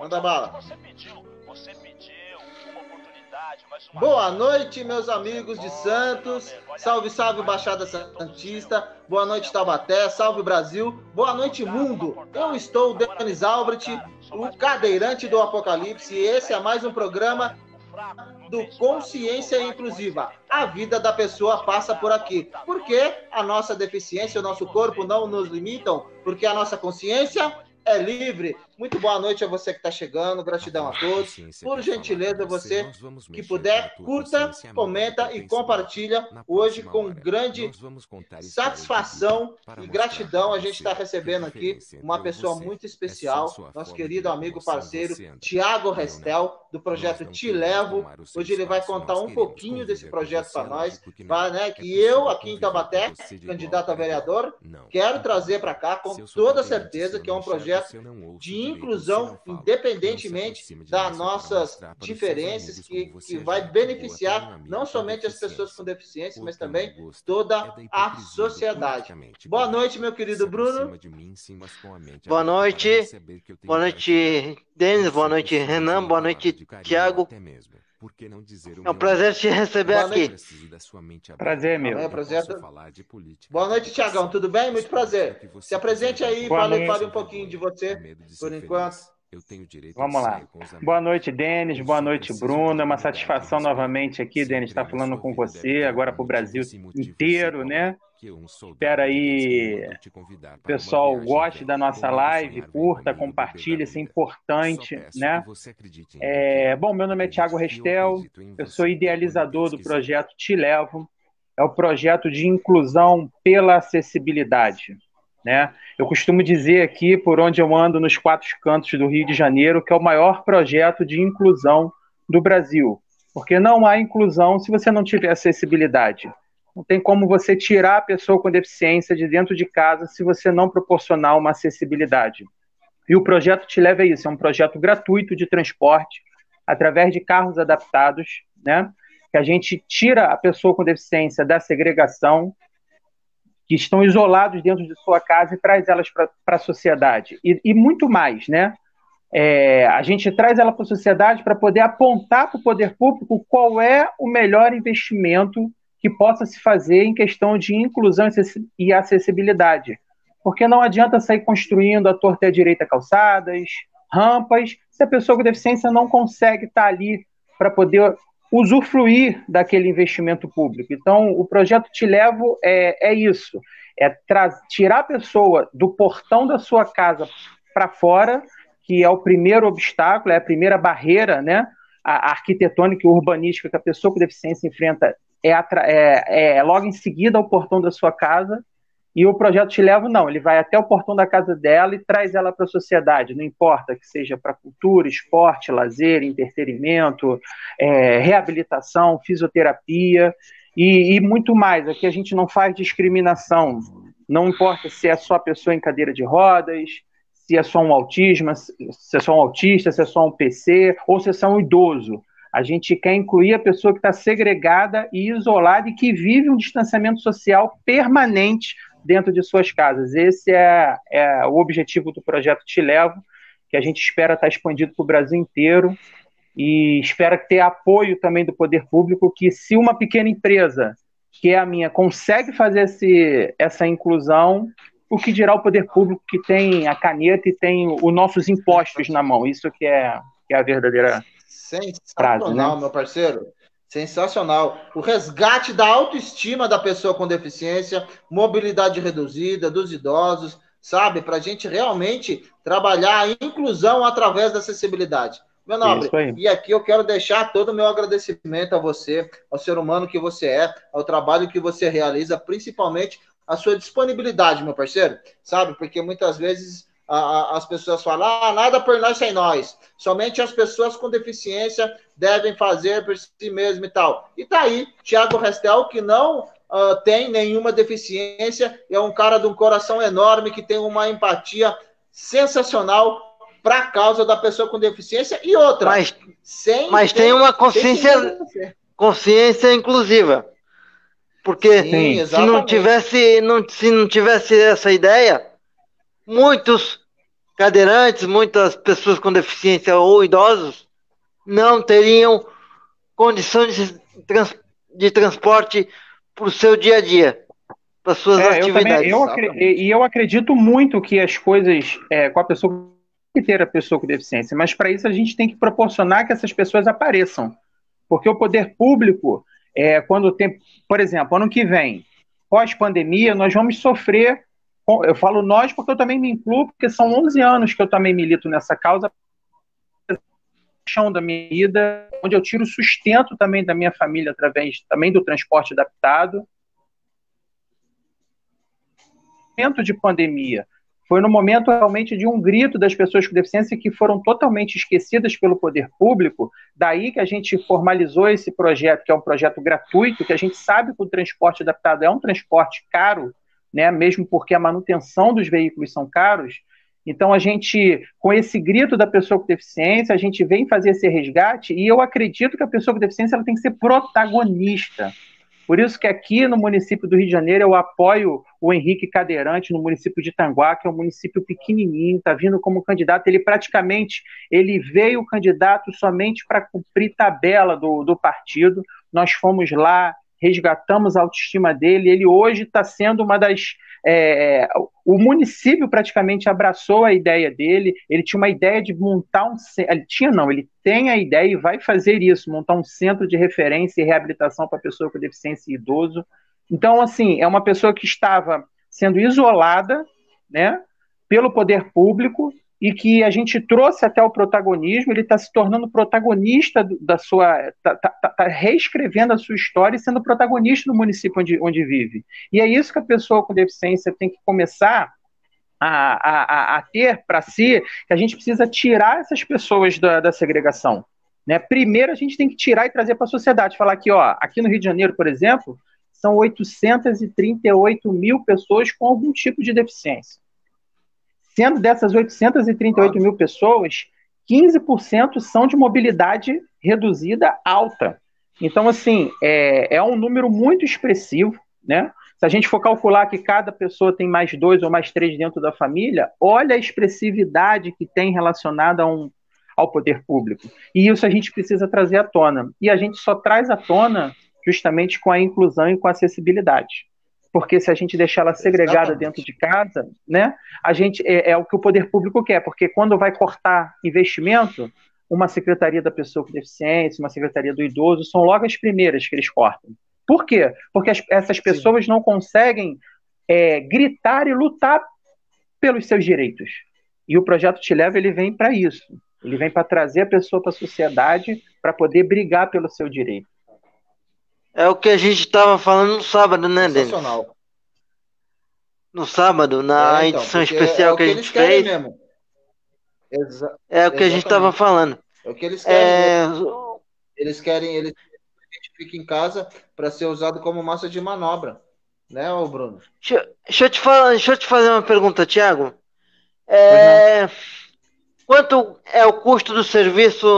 Manda bala. Boa noite, meus amigos de Santos. Salve, salve, Baixada Santista. Boa noite, Taubaté. Salve, Brasil. Boa noite, mundo. Eu estou, Denis Albrecht, o cadeirante do Apocalipse, e esse é mais um programa do Consciência Inclusiva. A vida da pessoa passa por aqui. Porque a nossa deficiência, o nosso corpo não nos limitam, porque a nossa consciência é livre. Muito boa noite a você que está chegando, gratidão a todos. Por gentileza, você que puder, curta, comenta e compartilha. Hoje, com grande satisfação e gratidão, a gente está recebendo aqui uma pessoa muito especial, nosso querido amigo parceiro, Thiago Restel, do projeto Te Levo. Hoje ele vai contar um pouquinho desse projeto para nós, né, que eu, aqui em Taubaté, candidato a vereador, quero trazer para cá com toda certeza, que é um projeto de inclusão, independentemente das nossas diferenças, que vai beneficiar não somente as pessoas com deficiência, mas também toda a sociedade. Boa noite, meu querido Bruno. Boa noite. Boa noite, Denis. Boa noite, Renan. Boa noite, Thiago. É um prazer te receber aqui. Prazer, meu. Boa noite, Thiagão. Tudo bem? Muito prazer. Se apresente aí, fale um pouquinho de você, por enquanto. Vamos lá. Boa noite, Denis. Boa noite, Bruno. É uma satisfação novamente aqui, Denis, estar falando com você, agora para o Brasil inteiro, né? Espero aí o pessoal goste da nossa live, curta, compartilhe, isso é importante, né? Bom, meu nome é Thiago Restel, eu sou idealizador do projeto Te Levo, é o projeto de inclusão pela acessibilidade, né? Eu costumo dizer aqui, por onde eu ando nos quatro cantos do Rio de Janeiro, que é o maior projeto de inclusão do Brasil, porque não há inclusão se você não tiver acessibilidade. Não tem como você tirar a pessoa com deficiência de dentro de casa se você não proporcionar uma acessibilidade. E o projeto Te Leva é isso, é um projeto gratuito de transporte, através de carros adaptados, né? Que a gente tira a pessoa com deficiência da segregação, que estão isolados dentro de sua casa, e traz elas para a sociedade. E muito mais, né? A gente traz ela para a sociedade para poder apontar para o poder público qual é o melhor investimento que possa se fazer em questão de inclusão e acessibilidade. Porque não adianta sair construindo à torta e à direita calçadas, rampas, se a pessoa com deficiência não consegue estar ali para poder usufruir daquele investimento público. Então, o projeto Te Levo é isso, tirar a pessoa do portão da sua casa para fora, que é o primeiro obstáculo, é a primeira barreira, né, a arquitetônica e urbanística que a pessoa com deficiência enfrenta, logo em seguida ao portão da sua casa. E o projeto Te Levo não, ele vai até o portão da casa dela e traz ela para a sociedade, não importa que seja para cultura, esporte, lazer, entretenimento, reabilitação, fisioterapia e muito mais. Aqui a gente não faz discriminação, não importa se é só pessoa em cadeira de rodas, se é só um autismo, se é só um autista, se é só um PC ou se é só um idoso. A gente quer incluir a pessoa que está segregada e isolada e que vive um distanciamento social permanente dentro de suas casas. Esse é o objetivo do projeto Te Levo, que a gente espera estar expandido para o Brasil inteiro e espera ter apoio também do poder público, que se uma pequena empresa, que é a minha, consegue fazer essa inclusão, o que dirá o poder público, que tem a caneta e tem os nossos impostos na mão. Isso que é a verdadeira sensacional, frase, né? Meu parceiro. Sensacional. O resgate da autoestima da pessoa com deficiência, mobilidade reduzida, dos idosos, sabe? Para a gente realmente trabalhar a inclusão através da acessibilidade. Meu nobre, e aqui eu quero deixar todo o meu agradecimento a você, ao ser humano que você é, ao trabalho que você realiza, principalmente a sua disponibilidade, meu parceiro, sabe? Porque muitas vezes as pessoas falam, nada por nós sem nós, somente as pessoas com deficiência devem fazer por si mesmo e tal. E tá aí, Thiago Restel, que não tem nenhuma deficiência, é um cara de um coração enorme, que tem uma empatia sensacional para a causa da pessoa com deficiência. E outra, mas tem uma consciência inclusiva. Porque sim, se não tivesse essa ideia, muitos cadeirantes, muitas pessoas com deficiência ou idosos não teriam condições de transporte para o seu dia a dia, para suas atividades. Eu acredito muito que as coisas com a pessoa que ter a pessoa com deficiência, mas para isso a gente tem que proporcionar que essas pessoas apareçam, porque o poder público, quando tem, por exemplo, ano que vem, pós-pandemia, nós vamos sofrer. Eu falo nós porque eu também me incluo, porque são 11 anos que eu também milito nessa causa, da minha vida, onde eu tiro sustento também da minha família através também do transporte adaptado. No momento de pandemia, foi no momento realmente de um grito das pessoas com deficiência que foram totalmente esquecidas pelo poder público, daí que a gente formalizou esse projeto, que é um projeto gratuito, que a gente sabe que o transporte adaptado é um transporte caro, né, mesmo porque a manutenção dos veículos são caros. Então, a gente, com esse grito da pessoa com deficiência, a gente vem fazer esse resgate, e eu acredito que a pessoa com deficiência ela tem que ser protagonista. Por isso que aqui no município do Rio de Janeiro eu apoio o Henrique Cadeirante no município de Itanguá, que é um município pequenininho, está vindo como candidato. Ele veio candidato somente para cumprir tabela do partido. Nós fomos lá, resgatamos a autoestima dele. Ele hoje está sendo uma das... o município praticamente abraçou a ideia dele. Ele tinha uma ideia de montar ele tem a ideia e vai fazer isso, montar um centro de referência e reabilitação para pessoa com deficiência e idoso. Então, assim, é uma pessoa que estava sendo isolada, né, pelo poder público, e que a gente trouxe até o protagonismo. Ele está se tornando protagonista da sua... Está reescrevendo a sua história e sendo protagonista no município onde vive. E é isso que a pessoa com deficiência tem que começar a ter para si, que a gente precisa tirar essas pessoas da segregação. Né? Primeiro, a gente tem que tirar e trazer para a sociedade. Falar que, aqui no Rio de Janeiro, por exemplo, são 838 mil pessoas com algum tipo de deficiência. Sendo dessas 838 mil pessoas, 15% são de mobilidade reduzida alta. Então, assim, é um número muito expressivo, né? Se a gente for calcular que cada pessoa tem mais 2 ou mais 3 dentro da família, olha a expressividade que tem relacionada ao poder público. E isso a gente precisa trazer à tona. E a gente só traz à tona justamente com a inclusão e com a acessibilidade. Porque se a gente deixar ela segregada dentro de casa, né, a gente é o que o poder público quer, porque quando vai cortar investimento, uma secretaria da pessoa com deficiência, uma secretaria do idoso, são logo as primeiras que eles cortam. Por quê? Porque essas pessoas não conseguem gritar e lutar pelos seus direitos. E o Projeto Te Leva, ele vem para isso. Ele vem para trazer a pessoa para a sociedade para poder brigar pelo seu direito. É o que a gente estava falando no sábado, né, Denis? Sensacional. No sábado, na edição especial que a gente fez. Mesmo. É o que a gente estava falando. É o que eles querem. Eles querem que a gente fique em casa para ser usado como massa de manobra. Né, Bruno? Deixa eu te fazer uma pergunta, Thiago. Quanto é o custo do serviço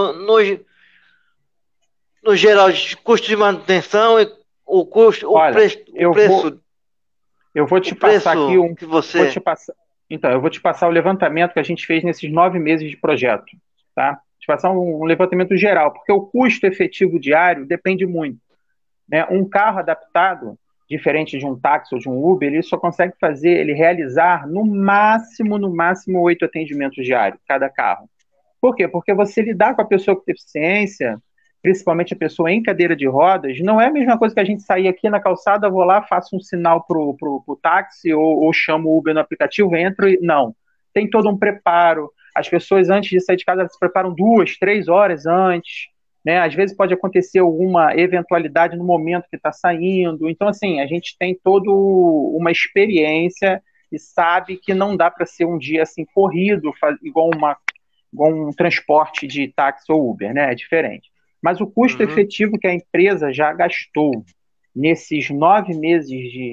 no geral, custo de manutenção e o custo, o preço? Eu vou te passar aqui que você... Então, eu vou te passar o levantamento que a gente fez nesses 9 meses de projeto, tá? Vou te passar um levantamento geral, porque o custo efetivo diário depende muito, né? Um carro adaptado, diferente de um táxi ou de um Uber, ele só consegue realizar no máximo 8 atendimentos diários, cada carro. Por quê? Porque você lidar com a pessoa com deficiência, principalmente a pessoa em cadeira de rodas, não é a mesma coisa que a gente sair aqui na calçada, vou lá, faço um sinal pro táxi ou chamo o Uber no aplicativo, entro e... Não. Tem todo um preparo. As pessoas, antes de sair de casa, se preparam 2, 3 horas antes, né? Às vezes pode acontecer alguma eventualidade no momento que está saindo. Então, assim, a gente tem toda uma experiência e sabe que não dá para ser um dia assim corrido, igual um transporte de táxi ou Uber, né? É diferente. Mas o custo efetivo que a empresa já gastou nesses 9 meses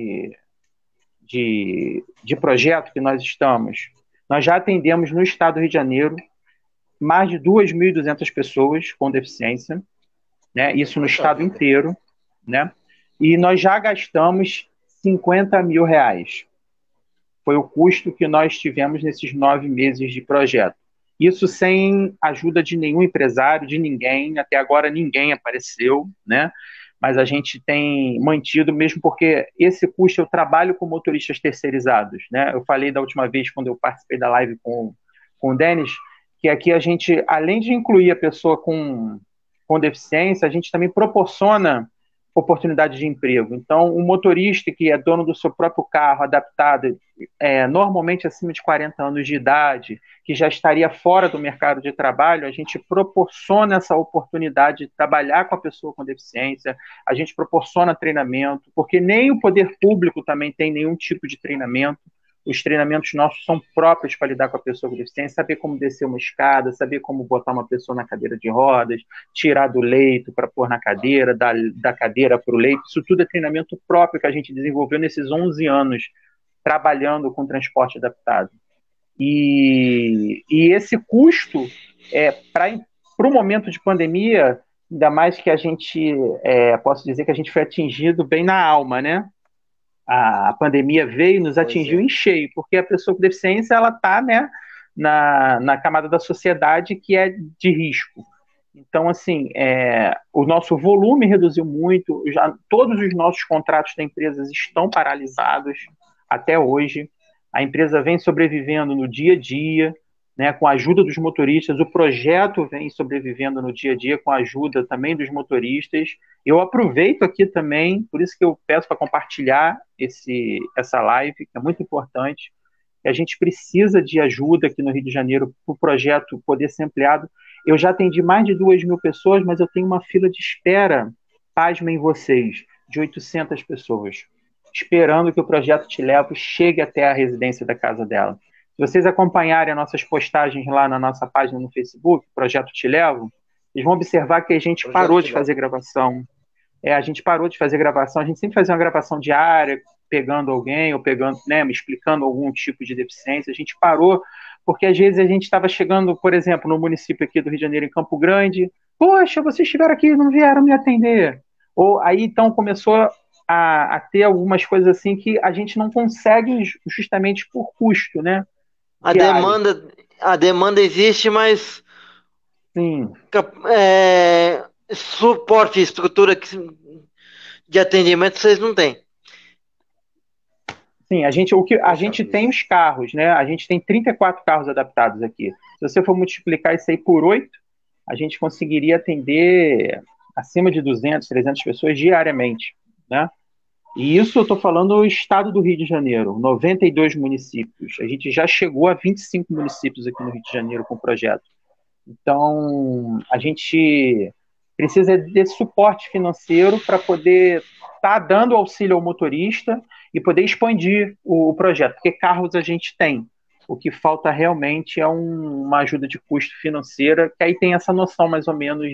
de projeto que nós estamos, nós já atendemos no estado do Rio de Janeiro mais de 2.200 pessoas com deficiência, né? Isso no estado inteiro, né? E nós já gastamos R$50 mil. Foi o custo que nós tivemos nesses 9 meses de projeto. Isso sem ajuda de nenhum empresário, de ninguém. Até agora ninguém apareceu, né? Mas a gente tem mantido, mesmo porque esse custo eu trabalho com motoristas terceirizados, né? Eu falei da última vez, quando eu participei da live com o Denis, que aqui a gente, além de incluir a pessoa com deficiência, a gente também proporciona oportunidade de emprego. Então, um motorista que é dono do seu próprio carro, adaptado, normalmente acima de 40 anos de idade, que já estaria fora do mercado de trabalho, a gente proporciona essa oportunidade de trabalhar com a pessoa com deficiência, a gente proporciona treinamento, porque nem o poder público também tem nenhum tipo de treinamento. Os treinamentos nossos são próprios para lidar com a pessoa com deficiência, saber como descer uma escada, saber como botar uma pessoa na cadeira de rodas, tirar do leito para pôr na cadeira, da cadeira para o leito. Isso tudo é treinamento próprio que a gente desenvolveu nesses 11 anos trabalhando com transporte adaptado. E esse custo, para o momento de pandemia, ainda mais que a gente, posso dizer que a gente foi atingido bem na alma, né? A pandemia veio e nos atingiu em cheio, porque a pessoa com deficiência ela está, né, na camada da sociedade que é de risco. Então, assim, o nosso volume reduziu muito, todos os nossos contratos da empresa estão paralisados até hoje. A empresa vem sobrevivendo no dia a dia, né, com a ajuda dos motoristas, o projeto vem sobrevivendo no dia a dia com a ajuda também dos motoristas. Eu aproveito aqui também, por isso que eu peço para compartilhar essa live, que é muito importante. A gente precisa de ajuda aqui no Rio de Janeiro para o projeto poder ser ampliado. Eu já atendi mais de 2.000 pessoas, mas eu tenho uma fila de espera, pasmem vocês, de 800 pessoas, esperando que o projeto Te Levo chegue até a residência da casa dela. Se vocês acompanharem as nossas postagens lá na nossa página no Facebook, Projeto Te Levo, vocês vão observar que a gente parou de fazer gravação. A gente parou de fazer gravação, a gente sempre fazia uma gravação diária, pegando alguém, ou pegando, né, me explicando algum tipo de deficiência. A gente parou, porque às vezes a gente estava chegando, por exemplo, no município aqui do Rio de Janeiro, em Campo Grande, poxa, vocês estiveram aqui e não vieram me atender. Ou aí, então, começou a ter algumas coisas assim que a gente não consegue justamente por custo, né? A demanda existe, mas sim, suporte, estrutura de atendimento vocês não têm. Sim, a gente tem os carros, né? A gente tem 34 carros adaptados aqui. Se você for multiplicar isso aí por 8, a gente conseguiria atender acima de 200, 300 pessoas diariamente, né? E isso eu estou falando do estado do Rio de Janeiro, 92 municípios. A gente já chegou a 25 municípios aqui no Rio de Janeiro com o projeto. Então, a gente precisa desse suporte financeiro para poder estar dando auxílio ao motorista e poder expandir o projeto, porque carros a gente tem. O que falta realmente é uma ajuda de custo financeira, que aí tem essa noção mais ou menos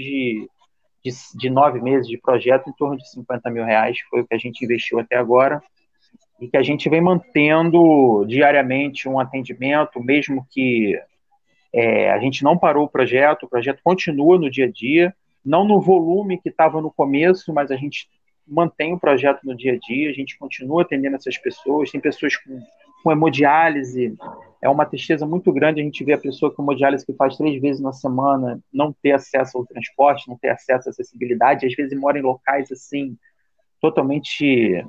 de 9 meses de projeto, em torno de 50 mil reais, foi o que a gente investiu até agora, e que a gente vem mantendo diariamente um atendimento, mesmo que a gente não parou o projeto continua no dia a dia, não no volume que estava no começo, mas a gente mantém o projeto no dia a dia, a gente continua atendendo essas pessoas, tem pessoas com hemodiálise, é uma tristeza muito grande a gente ver a pessoa com hemodiálise que faz 3 vezes na semana não ter acesso ao transporte, não ter acesso à acessibilidade, às vezes mora em locais assim, totalmente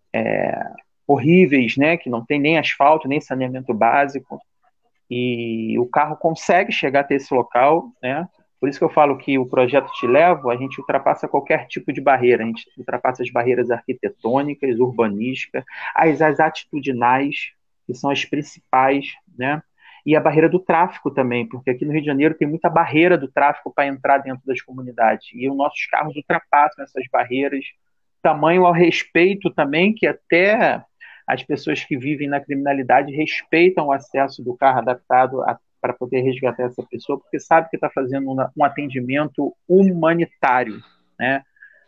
horríveis, né, que não tem nem asfalto, nem saneamento básico, e o carro consegue chegar até esse local, né? Por isso que eu falo que o projeto Te Levo, a gente ultrapassa qualquer tipo de barreira, a gente ultrapassa as barreiras arquitetônicas, urbanísticas, as atitudinais, que são as principais, né? E a barreira do tráfego também, porque aqui no Rio de Janeiro tem muita barreira do tráfego para entrar dentro das comunidades, e os nossos carros ultrapassam essas barreiras, tamanho ao respeito também, que até as pessoas que vivem na criminalidade respeitam o acesso do carro adaptado para poder resgatar essa pessoa, porque sabe que está fazendo um atendimento humanitário, né?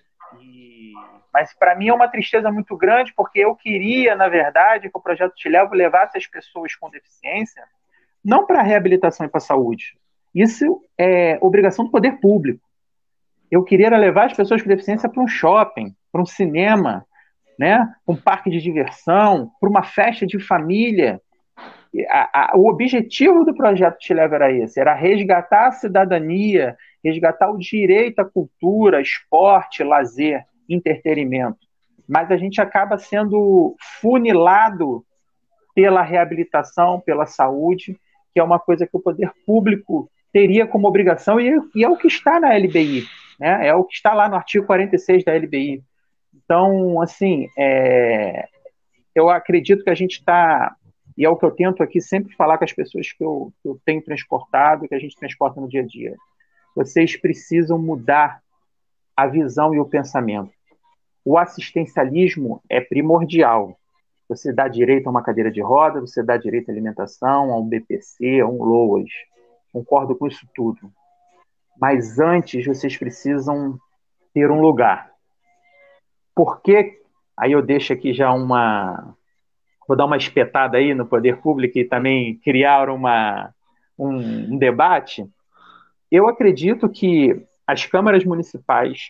Mas para mim é uma tristeza muito grande, porque eu queria, na verdade, que o Projeto Te Levo levasse as pessoas com deficiência não para a reabilitação e para a saúde. Isso é obrigação do poder público. Eu queria levar as pessoas com deficiência para um shopping, para um cinema, né? Um parque de diversão, para uma festa de família. O objetivo do projeto Te Levo era esse, era resgatar a cidadania, resgatar o direito à cultura, esporte, lazer, entretenimento. Mas a gente acaba sendo funilado pela reabilitação, pela saúde, que é uma coisa que o poder público teria como obrigação, e é o que está na LBI, né? É o que está lá no artigo 46 da LBI. Então, assim, eu acredito que a gente está, e é o que eu tento aqui sempre falar com as pessoas que eu tenho transportado, que a gente transporta no dia a dia. Vocês precisam mudar a visão e o pensamento. O assistencialismo é primordial. Você dá direito a uma cadeira de roda, você dá direito à alimentação, a um BPC, a um LOAS. Concordo com isso tudo. Mas antes vocês precisam ter um lugar. Por que? Aí eu deixo aqui já vou dar uma espetada aí no poder público e também criar um debate. Eu acredito que as câmaras municipais,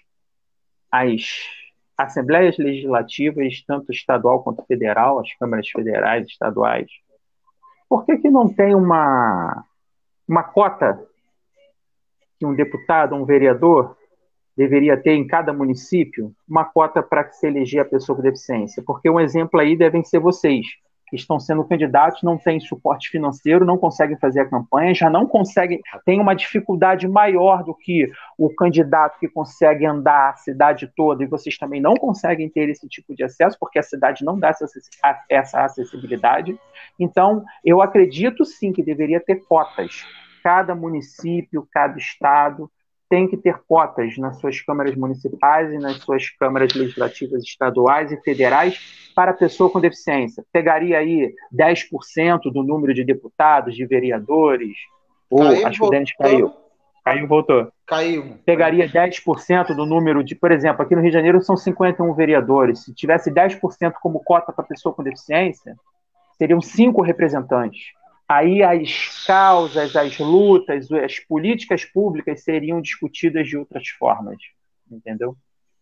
as assembleias legislativas, tanto estadual quanto federal, as câmaras federais, estaduais, por que não tem uma cota que um deputado, um vereador, deveria ter em cada município, uma cota para se eleger a pessoa com deficiência? Porque um exemplo aí devem ser vocês, que estão sendo candidatos, não têm suporte financeiro, não conseguem fazer a campanha, já não conseguem, tem uma dificuldade maior do que o candidato que consegue andar a cidade toda, e vocês também não conseguem ter esse tipo de acesso, porque a cidade não dá essa acessibilidade. Então, eu acredito sim que deveria ter cotas. Cada município, cada estado tem que ter cotas nas suas câmaras municipais e nas suas câmaras legislativas estaduais e federais para pessoa com deficiência. Pegaria aí 10% do número de deputados, de vereadores, acho que o Denis caiu. Caiu, voltou. Caiu. Pegaria 10% do número de, por exemplo, aqui no Rio de Janeiro são 51 vereadores. Se tivesse 10% como cota para pessoa com deficiência, seriam 5 representantes. Aí as causas, as lutas, as políticas públicas seriam discutidas de outras formas, entendeu?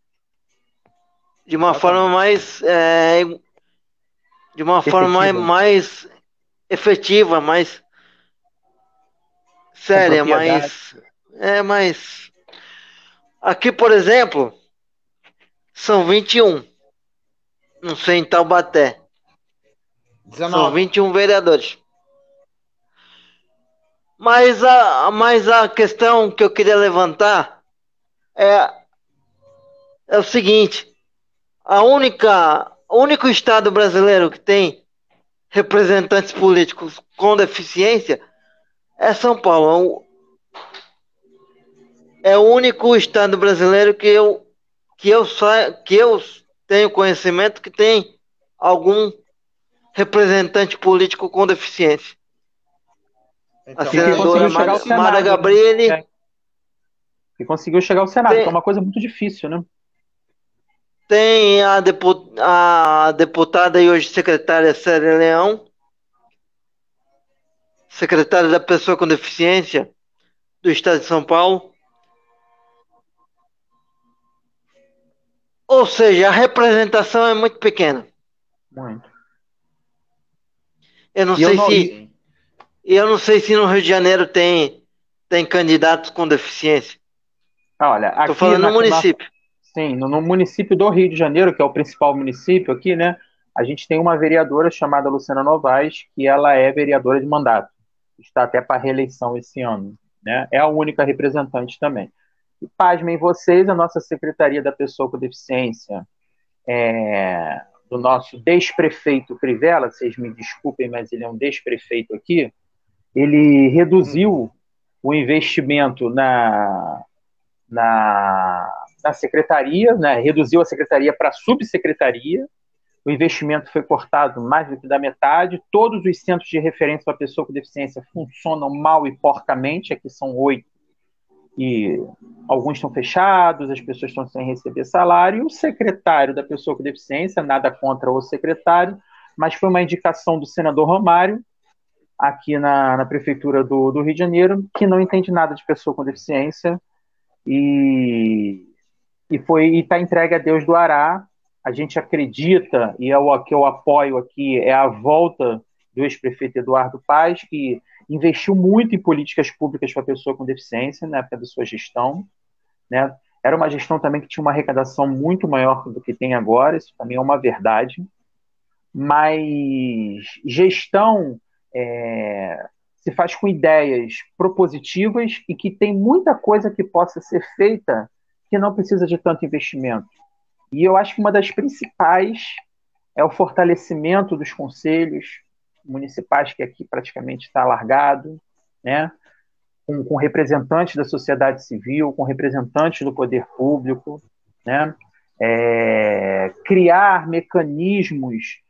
De uma forma mais mais efetiva, mais séria, mais aqui, por exemplo, são 21, não sei, em Taubaté 19. São 21 vereadores. Mas a questão que eu queria levantar é o seguinte: o único estado brasileiro que tem representantes políticos com deficiência é São Paulo. É o único estado brasileiro que eu tenho conhecimento que tem algum representante político com deficiência. Então, a senadora Mara Gabrilli. Que conseguiu chegar ao Senado, que é uma coisa muito difícil, né? Tem a deputada e hoje secretária Célia Leão, secretária da Pessoa com Deficiência do Estado de São Paulo. Ou seja, a representação é muito pequena. Muito. Eu não sei se no Rio de Janeiro tem candidatos com deficiência. Olha, aqui estou falando no município. Sim, no município do Rio de Janeiro, que é o principal município aqui, né? A gente tem uma vereadora chamada Luciana Novaes, que ela é vereadora de mandato. Está até para reeleição esse ano, né? É a única representante também. E pasmem vocês, a nossa Secretaria da Pessoa com Deficiência, do nosso desprefeito Crivella, vocês me desculpem, mas ele é um desprefeito aqui, ele reduziu o investimento na secretaria, né? Reduziu a secretaria para subsecretaria, o investimento foi cortado mais do que da metade, todos os centros de referência para pessoa com deficiência funcionam mal e porcamente, aqui são 8, e alguns estão fechados, as pessoas estão sem receber salário, e o secretário da pessoa com deficiência, nada contra o secretário, mas foi uma indicação do senador Romário, aqui na prefeitura do Rio de Janeiro, que não entende nada de pessoa com deficiência, e está entregue a Deus do Ará, a gente acredita, e é o que eu apoio aqui, é a volta do ex-prefeito Eduardo Paes, que investiu muito em políticas públicas para a pessoa com deficiência na época da sua gestão, né? Era uma gestão também que tinha uma arrecadação muito maior do que tem agora, isso também é uma verdade, mas gestão se faz com ideias propositivas e que tem muita coisa que possa ser feita que não precisa de tanto investimento. E eu acho que uma das principais é o fortalecimento dos conselhos municipais, que aqui praticamente está alargado, né? Com representantes da sociedade civil, com representantes do poder público, né? Criar mecanismos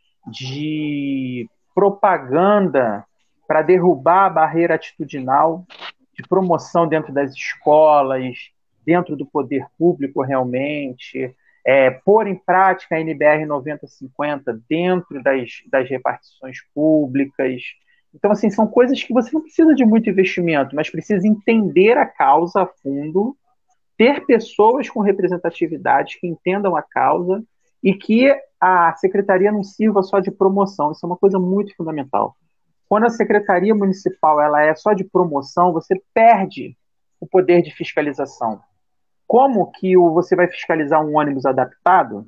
de propaganda para derrubar a barreira atitudinal, de promoção dentro das escolas, dentro do poder público realmente, pôr em prática a NBR 9050 dentro das repartições públicas. Então, assim, são coisas que você não precisa de muito investimento, mas precisa entender a causa a fundo, ter pessoas com representatividade que entendam a causa e que a secretaria não sirva só de promoção. Isso é uma coisa muito fundamental. Quando a secretaria municipal ela é só de promoção, você perde o poder de fiscalização. Como que você vai fiscalizar um ônibus adaptado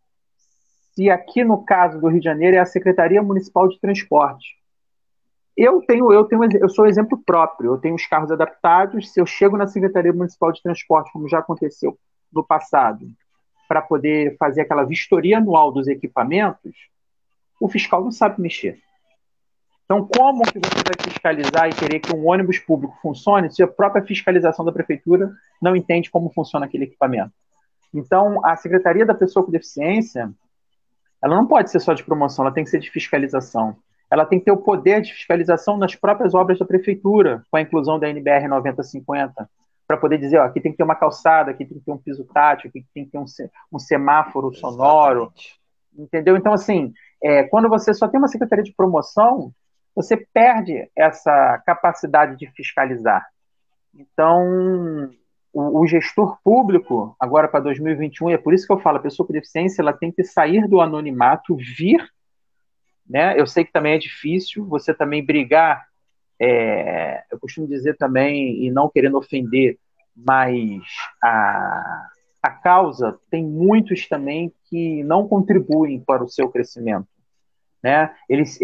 se aqui no caso do Rio de Janeiro é a Secretaria Municipal de Transporte? Eu sou exemplo próprio. Eu tenho os carros adaptados. Se eu chego na Secretaria Municipal de Transporte, como já aconteceu no passado, para poder fazer aquela vistoria anual dos equipamentos, o fiscal não sabe mexer. Então, como que você vai fiscalizar e querer que um ônibus público funcione se a própria fiscalização da prefeitura não entende como funciona aquele equipamento? Então, a Secretaria da Pessoa com Deficiência, ela não pode ser só de promoção, ela tem que ser de fiscalização. Ela tem que ter o poder de fiscalização nas próprias obras da prefeitura, com a inclusão da NBR 9050, para poder dizer, ó, aqui tem que ter uma calçada, aqui tem que ter um piso tátil, aqui tem que ter um semáforo sonoro. Exatamente. Entendeu? Então, assim, quando você só tem uma secretaria de promoção, você perde essa capacidade de fiscalizar. Então, o gestor público, agora para 2021, e é por isso que eu falo, a pessoa com deficiência, ela tem que sair do anonimato, vir, né? Eu sei que também é difícil, você também brigar, eu costumo dizer também, e não querendo ofender, mas a causa tem muitos também que não contribuem para o seu crescimento. Né? Eles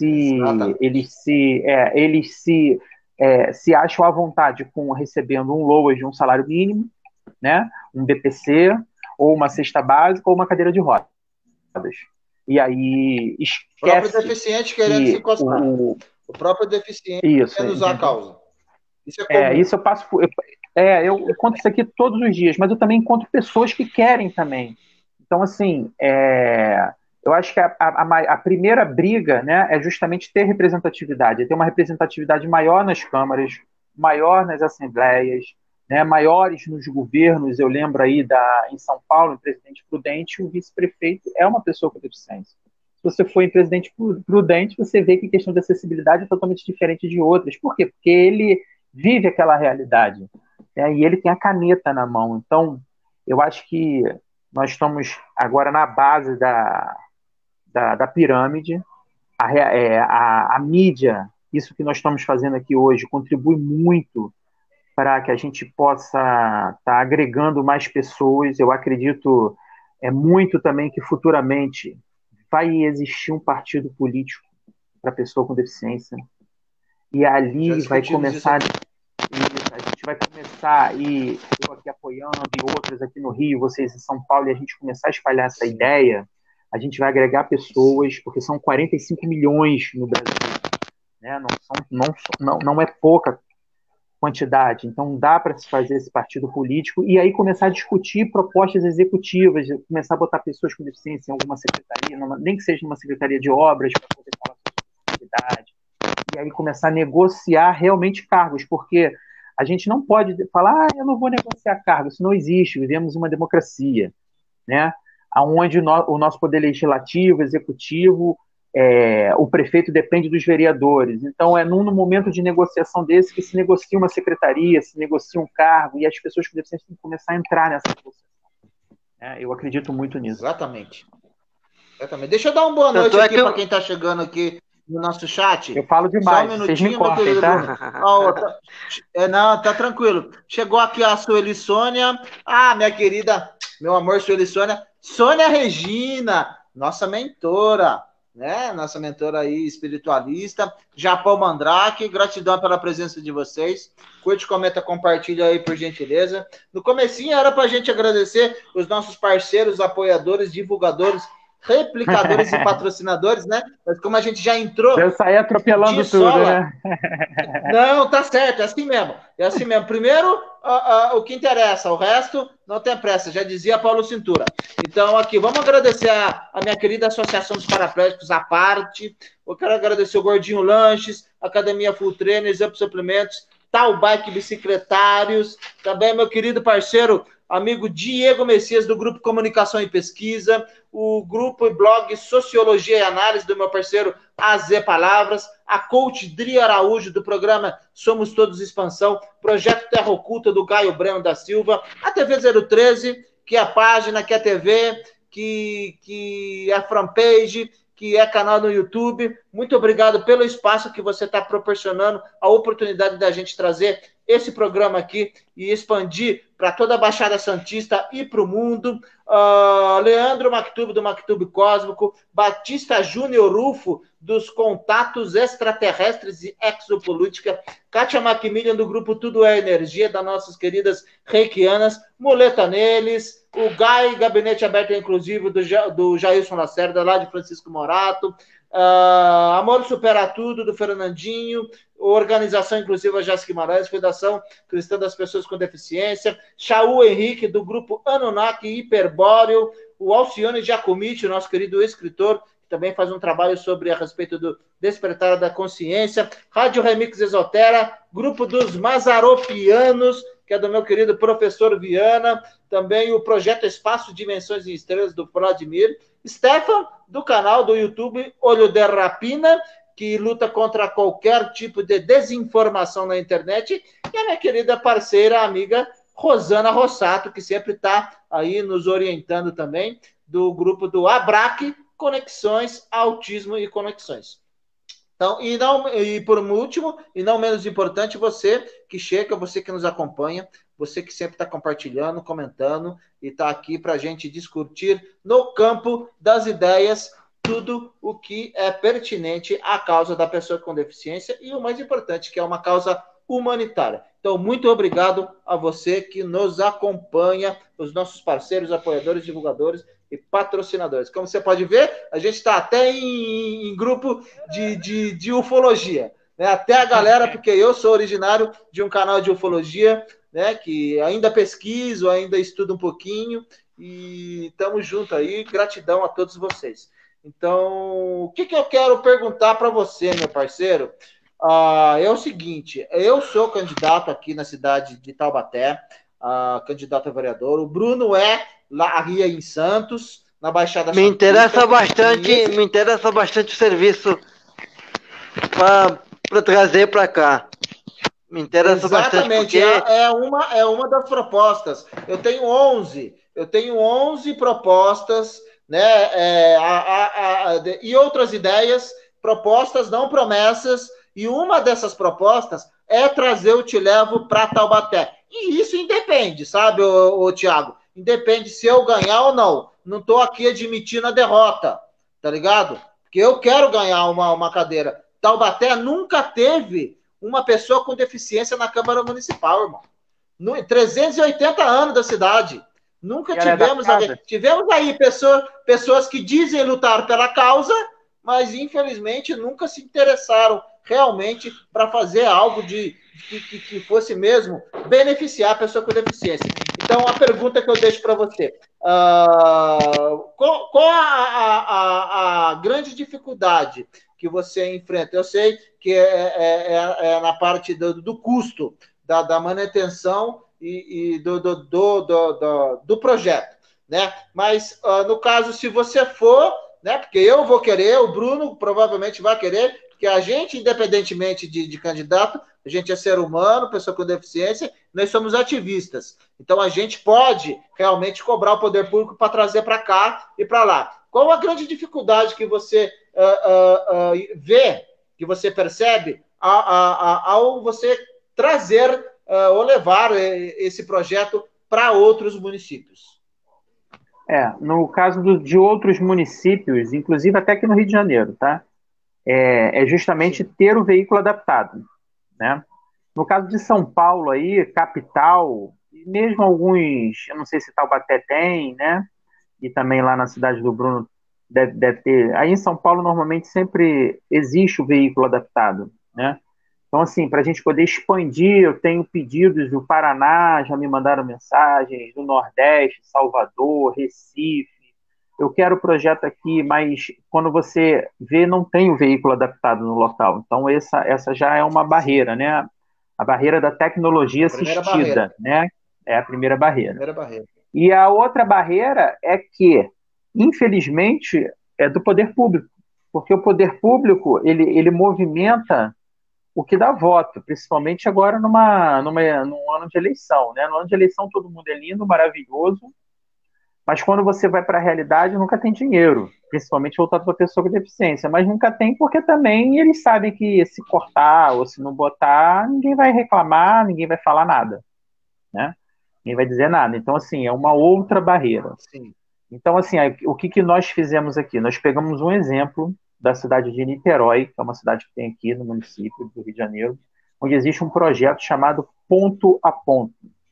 se acham à vontade recebendo um LOAS de um salário mínimo, né? Um BPC, ou uma cesta básica, ou uma cadeira de rodas. E aí esquece. O próprio deficiente querendo se encostar. O próprio deficiente querendo usar a causa. Isso é comum. Isso eu passo por. Eu encontro isso aqui todos os dias, mas eu também encontro pessoas que querem também. Então, assim, eu acho que a primeira briga, né, é justamente ter representatividade, ter uma representatividade maior nas câmaras, maior nas assembleias, né, maiores nos governos. Eu lembro aí em São Paulo, em Presidente Prudente, o vice-prefeito é uma pessoa com deficiência. Se você for em Presidente Prudente, você vê que a questão de acessibilidade é totalmente diferente de outras. Por quê? Porque ele vive aquela realidade, né, e ele tem a caneta na mão. Então, eu acho que nós estamos agora na base da pirâmide. A mídia, isso que nós estamos fazendo aqui hoje, contribui muito para que a gente possa estar agregando mais pessoas. Eu acredito muito também que futuramente vai existir um partido político para pessoa com deficiência. E ali vai começar... A gente vai começar, e eu aqui apoiando, e outros aqui no Rio, vocês em São Paulo, e a gente começar a espalhar essa ideia, a gente vai agregar pessoas, porque são 45 milhões no Brasil, né? Não é pouca quantidade. Então dá para se fazer esse partido político e aí começar a discutir propostas executivas, começar a botar pessoas com deficiência em alguma secretaria, nem que seja numa secretaria de obras, para poder falar sobre atividade, e aí começar a negociar realmente cargos, porque a gente não pode falar, eu não vou negociar cargos, isso não existe, vivemos uma democracia, né? Onde o nosso poder legislativo, executivo, o prefeito depende dos vereadores. Então, num momento de negociação desse que se negocia uma secretaria, se negocia um cargo, e as pessoas com deficiência têm que começar a entrar nessa negociação. Eu acredito muito nisso. Exatamente. Deixa eu dar uma boa noite aqui para quem está chegando aqui no nosso chat. Eu falo demais, só um minutinho, meu querido Bruno. Não, tá tranquilo. Chegou aqui a Sueli Sônia. Minha querida, meu amor, Sueli Sônia. Sônia Regina, nossa mentora, né? Nossa mentora aí, espiritualista. Japão Mandrake, gratidão pela presença de vocês. Curte, comenta, compartilha aí, por gentileza. No comecinho era pra gente agradecer os nossos parceiros, apoiadores, divulgadores, replicadores e patrocinadores, né? Mas como a gente já entrou... Eu saí atropelando tudo, né? Não, tá certo, é assim mesmo. É assim mesmo. Primeiro, o que interessa, o resto não tem pressa, já dizia Paulo Cintura. Então, aqui, vamos agradecer a minha querida Associação dos Paraplégicos, a parte. Eu quero agradecer o Gordinho Lanches, Academia Full Trainers, Up Suplementos, Tal Bike Bicicletários, também meu querido parceiro, amigo Diego Messias, do Grupo Comunicação e Pesquisa, o grupo e blog Sociologia e Análise, do meu parceiro AZ Palavras, a coach Dri Araújo, do programa Somos Todos Expansão, Projeto Terra Oculta, do Gaio Breno da Silva, a TV 013, que é a página, que é a TV, que é a fanpage, que é canal no YouTube. Muito obrigado pelo espaço que você está proporcionando, a oportunidade da gente trazer esse programa aqui e expandir para toda a Baixada Santista e para o mundo. Leandro Mactub, do Mactub Cósmico, Batista Júnior Rufo, dos Contatos Extraterrestres e Exopolítica, Kátia Macmillan, do grupo Tudo é Energia, das nossas queridas reikianas, Muleta Neles, o Gai, Gabinete Aberto e Inclusivo, do Jailson Lacerda, lá de Francisco Morato, Amor Supera Tudo, do Fernandinho, Organização Inclusiva Jazz Guimarães, Fundação Cristã das Pessoas com Deficiência, Shaul Henrique, do grupo Anunnaki Hiperbóreo, o Alcione Giacomitti, nosso querido escritor, que também faz um trabalho a respeito do despertar da consciência, Rádio Remix Esotera, grupo dos Mazaropianos, que é do meu querido professor Viana, também o projeto Espaço Dimensões e Estrelas, do Vladimir, Stefan, do canal do YouTube Olho de Rapina, que luta contra qualquer tipo de desinformação na internet, e a minha querida parceira, amiga Rosana Rossato, que sempre está aí nos orientando também, do grupo do ABRAC, Conexões, Autismo e Conexões. Então, e por último, e não menos importante, você que chega, você que nos acompanha, você que sempre está compartilhando, comentando, e está aqui para a gente discutir no campo das ideias tudo o que é pertinente à causa da pessoa com deficiência e o mais importante, que é uma causa humanitária. Então, muito obrigado a você que nos acompanha, os nossos parceiros, apoiadores, divulgadores e patrocinadores. Como você pode ver, a gente está até em grupo de ufologia, né? Até a galera, porque eu sou originário de um canal de ufologia, né? Que ainda pesquiso, ainda estudo um pouquinho, e estamos juntos aí. Gratidão a todos vocês. Então, o que eu quero perguntar para você, meu parceiro? É o seguinte, eu sou candidato aqui na cidade de Taubaté, candidato a vereador. O Bruno é lá em Santos, na Baixada Santista. Me interessa bastante o serviço para trazer para cá. Me interessa bastante. Exatamente, é uma das propostas. Eu tenho 11 propostas, né? E outras ideias, propostas, não promessas. E uma dessas propostas é trazer o Te Levo para Taubaté. E isso independe, sabe, ô Thiago? Independe se eu ganhar ou não. Não estou aqui admitindo a derrota, tá ligado? Porque eu quero ganhar uma cadeira. Taubaté nunca teve uma pessoa com deficiência na Câmara Municipal, irmão. 380 anos da cidade. Nunca tivemos... Tivemos aí pessoas que dizem lutar pela causa, mas infelizmente nunca se interessaram realmente para fazer algo que fosse mesmo beneficiar a pessoa com deficiência. Então, a pergunta que eu deixo para você, qual a grande dificuldade que você enfrenta? Eu sei que é na parte do custo, da manutenção e do projeto, né? Mas, no caso, se você for, né, porque eu vou querer, o Bruno provavelmente vai querer, que a gente, independentemente de candidato, a gente é ser humano, pessoa com deficiência, nós somos ativistas. Então a gente pode realmente cobrar o poder público para trazer para cá e para lá. Qual a grande dificuldade que você vê, que você percebe ao você trazer ou levar esse projeto para outros municípios? No caso de outros municípios, inclusive até aqui no Rio de Janeiro, tá? É justamente ter o veículo adaptado, né? No caso de São Paulo aí, capital, e mesmo alguns, eu não sei se Taubaté tem, né? E também lá na cidade do Bruno deve ter. Aí em São Paulo normalmente sempre existe o veículo adaptado, né? Então, assim, para a gente poder expandir, eu tenho pedidos do Paraná, já me mandaram mensagens, do Nordeste, Salvador, Recife. Eu quero o projeto aqui, mas quando você vê, não tem o veículo adaptado no local. Então, essa já é uma barreira, né? A barreira da tecnologia assistida, né? É a primeira barreira. E a outra barreira é que, infelizmente, é do poder público. Porque o poder público, ele movimenta o que dá voto, principalmente agora num ano de eleição, né? No ano de eleição todo mundo é lindo, maravilhoso, mas quando você vai para a realidade nunca tem dinheiro, principalmente voltado para a pessoa com deficiência, mas nunca tem porque também eles sabem que se cortar ou se não botar, ninguém vai reclamar, ninguém vai falar nada, né? Ninguém vai dizer nada. Então, assim, é uma outra barreira. Sim. Então, assim, o que nós fizemos aqui? Nós pegamos um exemplo da cidade de Niterói, que é uma cidade que tem aqui no município do Rio de Janeiro, onde existe um projeto chamado Ponto a Ponto.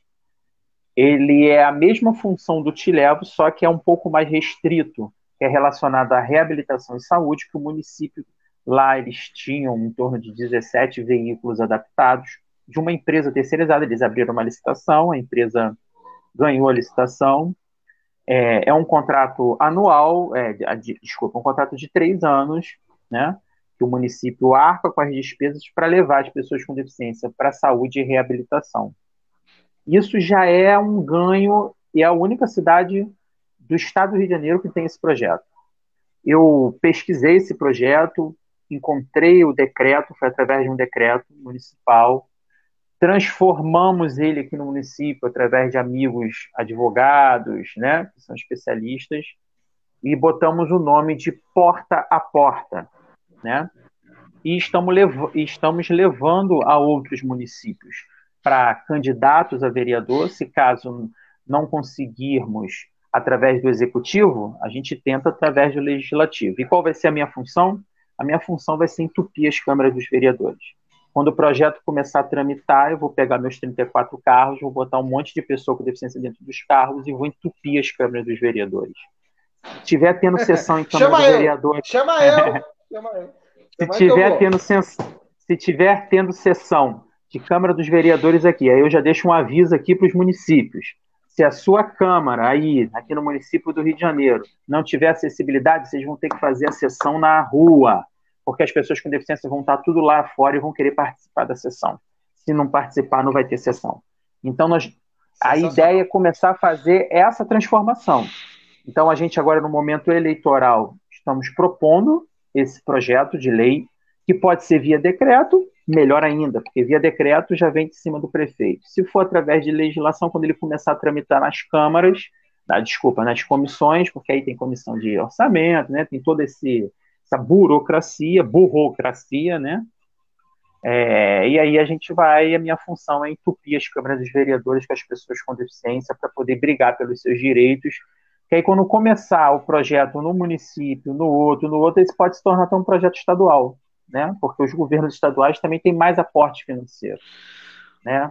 Ele é a mesma função do Te Levo, só que é um pouco mais restrito, que é relacionado à reabilitação e saúde, que o município, lá eles tinham em torno de 17 veículos adaptados, de uma empresa terceirizada. Eles abriram uma licitação, a empresa ganhou a licitação. É um contrato anual, um contrato de 3 anos, né, que o município arca com as despesas para levar as pessoas com deficiência para a saúde e reabilitação. Isso já é um ganho, e é a única cidade do estado do Rio de Janeiro que tem esse projeto. Eu pesquisei esse projeto, encontrei o decreto, foi através de um decreto municipal, transformamos ele aqui no município através de amigos advogados, né, que são especialistas, e botamos o nome de Porta a Porta, né? E estamos levando a outros municípios para candidatos a vereador. Se caso não conseguirmos através do executivo, a gente tenta através do legislativo. E qual vai ser a minha função? A minha função vai ser entupir as câmaras dos vereadores. Quando o projeto começar a tramitar, eu vou pegar meus 34 carros, vou botar um monte de pessoa com deficiência dentro dos carros e vou entupir as câmaras dos vereadores. Se tiver tendo sessão em Câmara dos Vereadores... Chama eu! Se tiver tendo sessão de Câmara dos Vereadores aqui, aí eu já deixo um aviso aqui para os municípios. Se a sua Câmara aí, aqui no município do Rio de Janeiro, não tiver acessibilidade, vocês vão ter que fazer a sessão na rua, porque as pessoas com deficiência vão estar tudo lá fora e vão querer participar da sessão. Se não participar, não vai ter sessão. Então, a ideia é começar a fazer essa transformação. Então, a gente agora, no momento eleitoral, estamos propondo esse projeto de lei, que pode ser via decreto, melhor ainda, porque via decreto já vem de cima do prefeito. Se for através de legislação, quando ele começar a tramitar nas câmaras, nas comissões, porque aí tem comissão de orçamento, né, tem toda essa burocracia, né? E aí a minha função é entupir as câmaras dos vereadores com as pessoas com deficiência para poder brigar pelos seus direitos, que aí quando começar o projeto no município, no outro, esse pode se tornar até um projeto estadual, né? Porque os governos estaduais também têm mais aporte financeiro, né?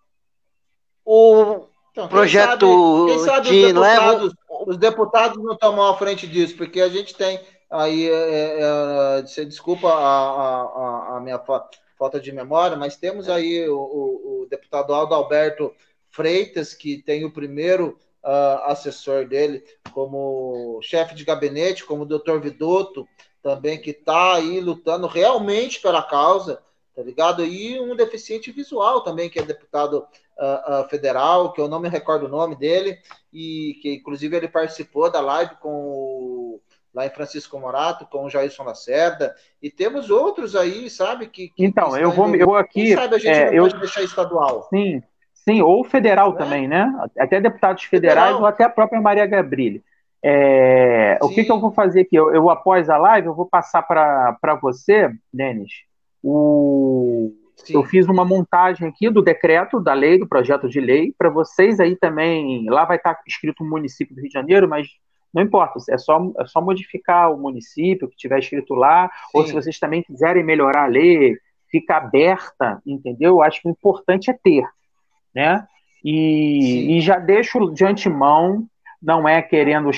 O projeto quem sabe os deputados não tomam à frente disso, porque a gente tem aí, você desculpa a minha falta de memória, mas temos aí o deputado Aldo Alberto Freitas, que tem o primeiro assessor dele como chefe de gabinete, como o doutor Vidotto, também, que está aí lutando realmente pela causa, tá ligado? E um deficiente visual também, que é deputado federal, que eu não me recordo o nome dele, e que inclusive ele participou da live com lá em Francisco Morato, com o Jailson Lacerda, e temos outros aí, sabe, então, que eu vou aqui... Quem sabe a gente não pode deixar estadual. Sim, ou federal, né? Também, né? Até deputados federais ou até a própria Maria Gabrilli. O que eu vou fazer aqui? Eu após a live, eu vou passar para você, Denis, eu fiz uma montagem aqui do decreto, da lei, do projeto de lei, para vocês aí também. Lá vai estar escrito o município do Rio de Janeiro, mas não importa, é só modificar o município que tiver escrito lá, ou se vocês também quiserem melhorar a lei, fica aberta, entendeu? Acho que o importante é ter, né? E já deixo de antemão, não é querendo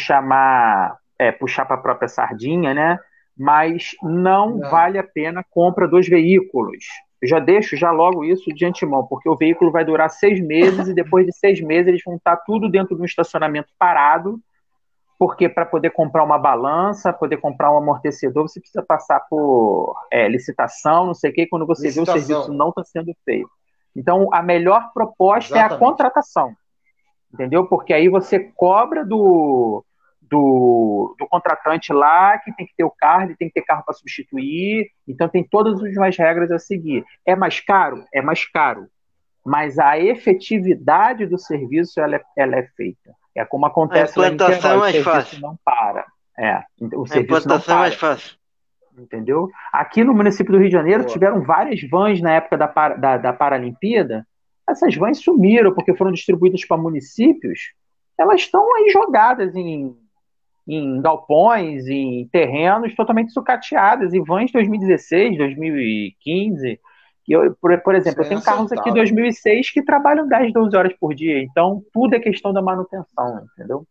puxar para a própria sardinha, né? Mas não vale a pena a compra dos veículos. Eu já deixo logo isso de antemão, porque o veículo vai durar 6 meses e depois de 6 meses eles vão estar tudo dentro de um estacionamento parado, porque para poder comprar uma balança, poder comprar um amortecedor, você precisa passar por licitação, não sei o quê, quando você vê o serviço não está sendo feito. Então, a melhor proposta é a contratação, entendeu? Porque aí você cobra do contratante lá, que tem que ter o carro, ele tem que ter carro para substituir, então tem todas as últimas regras a seguir. É mais caro? É mais caro, mas a efetividade do serviço ela é feita. É como acontece lá em Niterói, o serviço não para. O serviço não para. É mais fácil. Entendeu? Aqui no município do Rio de Janeiro tiveram várias vans na época da Paralimpíada. Essas vans sumiram porque foram distribuídas para municípios. Elas estão aí jogadas em galpões, em terrenos totalmente sucateadas. E vans de 2016, 2015. Por exemplo, eu tenho carros aqui de 2006 que trabalham 10, 12 horas por dia. Então, tudo é questão da manutenção, entendeu?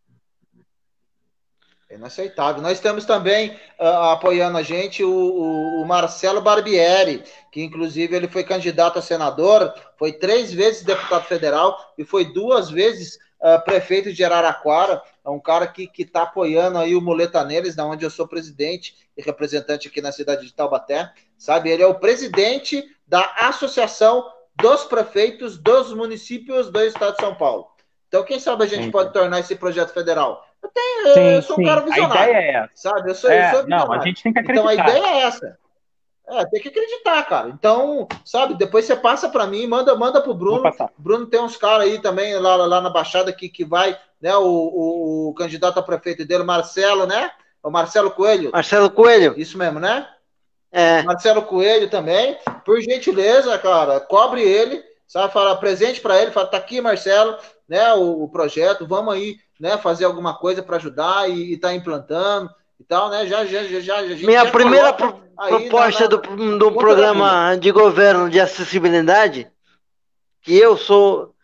Inaceitável. Nós temos também apoiando a gente o Marcelo Barbieri, que inclusive ele foi candidato a senador, foi 3 vezes deputado federal e foi 2 vezes prefeito de Araraquara. É um cara que está apoiando aí o Muleta Neles, da onde eu sou presidente e representante aqui na cidade de Taubaté, sabe? Ele é o presidente da Associação dos Prefeitos dos Municípios do Estado de São Paulo. Então, quem sabe a gente pode tornar esse projeto federal? Eu sou um cara visionário. A ideia é essa. Sabe? Eu sou visionário. Não, a gente tem que acreditar. Então, a ideia é essa. Tem que acreditar, cara. Então, sabe, depois você passa para mim, manda pro Bruno. Bruno tem uns caras aí também, lá na Baixada, que vai, né, o candidato a prefeito dele, Marcelo, né? O Marcelo Coelho. Marcelo Coelho. Isso mesmo, né? Marcelo Coelho também. Por gentileza, cara, cobre ele, sabe? Fala presente para ele, fala, tá aqui, Marcelo, né, o projeto, vamos aí, né, fazer alguma coisa para ajudar e tá implantando e tal, né? Já minha primeira proposta do programa de governo de acessibilidade, que eu sou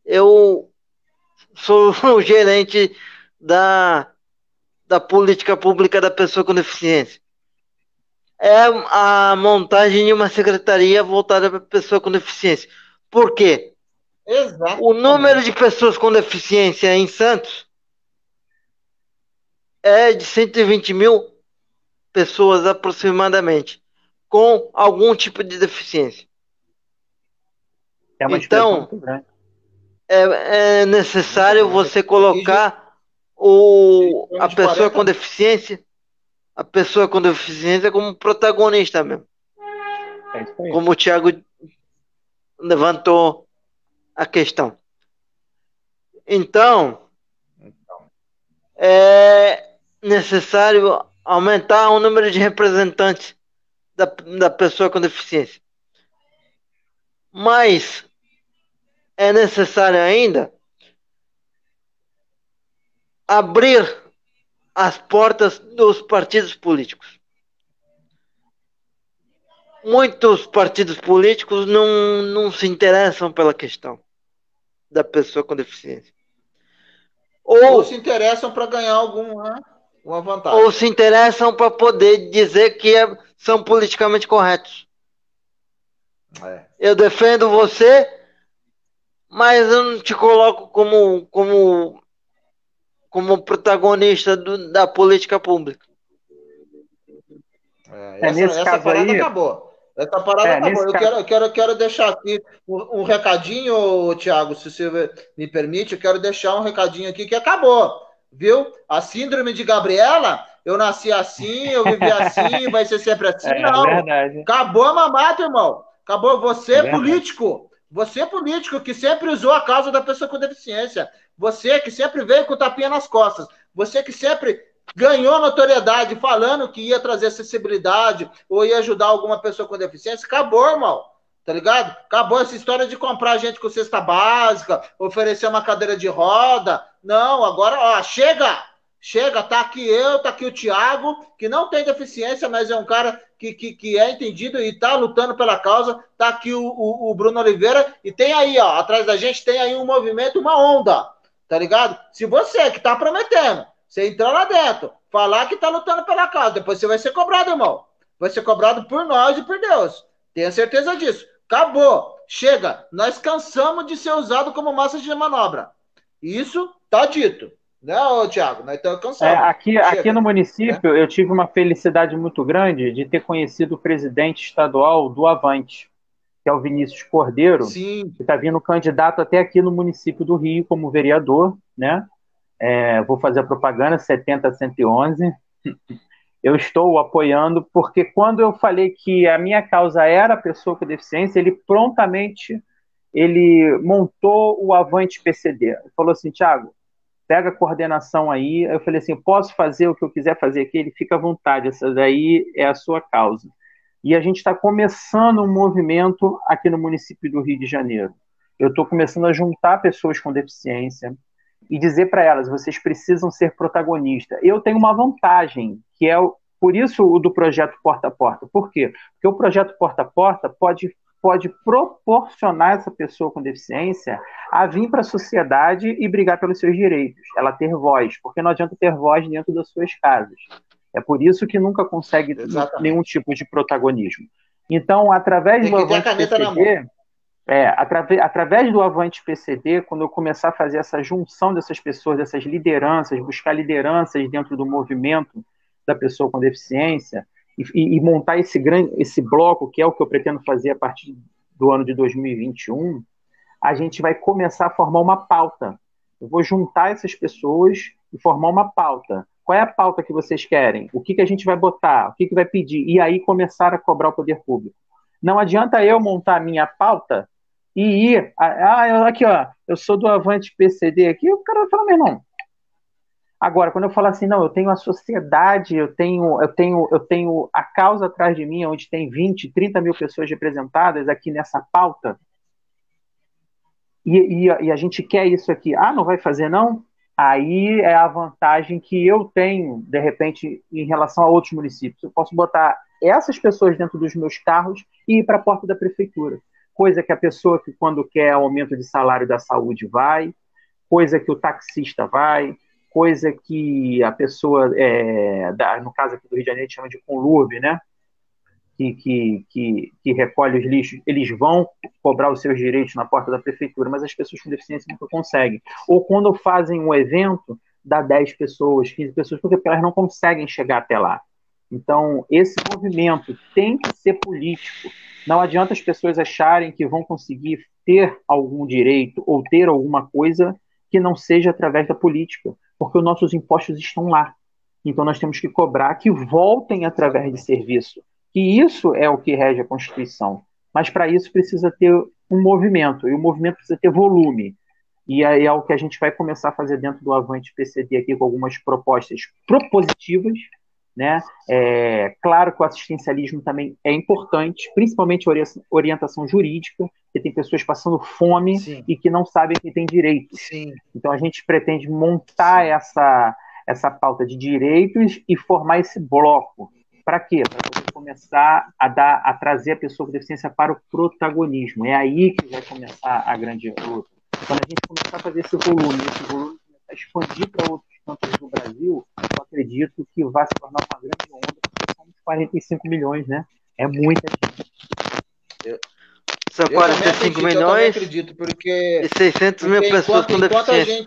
o gerente da política pública da pessoa com deficiência. É a montagem de uma secretaria voltada para a pessoa com deficiência. Por quê? Exatamente. O número de pessoas com deficiência em Santos é de 120 mil pessoas aproximadamente, com algum tipo de deficiência. Então, é necessário você colocar a pessoa com deficiência, como protagonista mesmo. Como o Thiago levantou a questão. Então, é necessário aumentar o número de representantes da pessoa com deficiência. Mas é necessário ainda abrir as portas dos partidos políticos. Muitos partidos políticos não se interessam pela questão da pessoa com deficiência. Ou se interessam para ganhar alguma vantagem. Ou se interessam para poder dizer que são politicamente corretos. Eu defendo você, mas eu não te coloco como protagonista da política pública. Essa parada acabou. Essa parada acabou. Eu quero deixar aqui um recadinho, Thiago, se você me permite, eu quero deixar um recadinho aqui que acabou, viu? A síndrome de Gabriela, eu nasci assim, eu vivi assim, vai ser sempre assim. Não. Verdade. Acabou a mamata, irmão. Acabou. Você, político. Você, político, que sempre usou a causa da pessoa com deficiência. Você que sempre veio com o tapinha nas costas. Você que sempre ganhou notoriedade falando que ia trazer acessibilidade ou ia ajudar alguma pessoa com deficiência. Acabou, irmão. Tá ligado? Acabou essa história de comprar gente com cesta básica, oferecer uma cadeira de roda. Não, agora, ó, chega! Chega, tá aqui eu, tá aqui o Thiago, que não tem deficiência, mas é um cara que é entendido e tá lutando pela causa. Tá aqui o Bruno Oliveira e tem aí, ó, atrás da gente tem aí um movimento, uma onda, tá ligado? Se você que tá prometendo, você entrar lá dentro, falar que tá lutando pela causa, depois você vai ser cobrado, irmão. Vai ser cobrado por nós e por Deus. Tenha certeza disso. Acabou. Chega. Nós cansamos de ser usado como massa de manobra. Isso tá dito. Né, Thiago? Nós estamos cansados. Aqui no município, eu tive uma felicidade muito grande de ter conhecido o presidente estadual do Avante, que é o Vinícius Cordeiro, Sim. que está vindo candidato até aqui no município do Rio como vereador, né? Vou fazer a propaganda, 70-111. Eu estou apoiando, porque quando eu falei que a minha causa era a pessoa com deficiência, ele prontamente montou o Avante PCD. Ele falou assim, Thiago, pega a coordenação aí. Eu falei assim, posso fazer o que eu quiser fazer aqui? Ele fica à vontade, essa daí é a sua causa. E a gente está começando um movimento aqui no município do Rio de Janeiro. Eu estou começando a juntar pessoas com deficiência e dizer para elas, vocês precisam ser protagonistas. Eu tenho uma vantagem, que é por isso o do projeto Porta a Porta. Por quê? Porque o projeto Porta a Porta pode proporcionar essa pessoa com deficiência a vir para a sociedade e brigar pelos seus direitos, ela ter voz, porque não adianta ter voz dentro das suas casas. É por isso que nunca consegue nenhum tipo de protagonismo. Então, através do Avante PCD, através do Avante PCD, quando eu começar a fazer essa junção dessas pessoas, dessas lideranças, buscar lideranças dentro do movimento da pessoa com deficiência, e montar esse bloco, que é o que eu pretendo fazer a partir do ano de 2021, a gente vai começar a formar uma pauta. Eu vou juntar essas pessoas e formar uma pauta. Qual é a pauta que vocês querem? O que a gente vai botar? O que vai pedir? E aí começar a cobrar o poder público. Não adianta eu montar a minha pauta e ir... aqui, ó, eu sou do Avante PCD aqui, o cara vai falar, meu irmão, agora, quando eu falo assim, não, eu tenho a sociedade, eu tenho a causa atrás de mim, onde tem 20, 30 mil pessoas representadas aqui nessa pauta, e a gente quer isso aqui. Não vai fazer, não? Aí é a vantagem que eu tenho, de repente, em relação a outros municípios. Eu posso botar essas pessoas dentro dos meus carros e ir para a porta da prefeitura. Coisa que a pessoa que, quando quer aumento de salário da saúde, vai, coisa que o taxista vai, coisa que a pessoa, no caso aqui do Rio de Janeiro, chama de conlurbe, né? Que recolhe os lixos, eles vão cobrar os seus direitos na porta da prefeitura, mas as pessoas com deficiência nunca conseguem. Ou quando fazem um evento, dá 10 pessoas, 15 pessoas, porque elas não conseguem chegar até lá. Então, esse movimento tem que ser político. Não adianta as pessoas acharem que vão conseguir ter algum direito ou ter alguma coisa que não seja através da política, porque os nossos impostos estão lá. Então, nós temos que cobrar que voltem através de serviço. E isso é o que rege a Constituição. Mas, para isso, precisa ter um movimento, e o movimento precisa ter volume. E aí é o que a gente vai começar a fazer dentro do Avante PCD aqui, com algumas propostas propositivas, né? Claro que o assistencialismo também é importante, principalmente orientação jurídica, porque tem pessoas passando fome. Sim. E que não sabem que tem direitos. Sim. Então a gente pretende montar essa pauta de direitos e formar esse bloco. Para quê? Para poder começar a trazer a pessoa com deficiência para o protagonismo. É aí que vai começar a grande luta. Quando a gente começar a fazer esse volume começar a expandir para outros cantos do Brasil, eu acredito que vai se tornar uma grande onda, porque somos 45 milhões, né? É muita gente. São 45 milhões acredito, porque, e 600 mil pessoas com deficiência.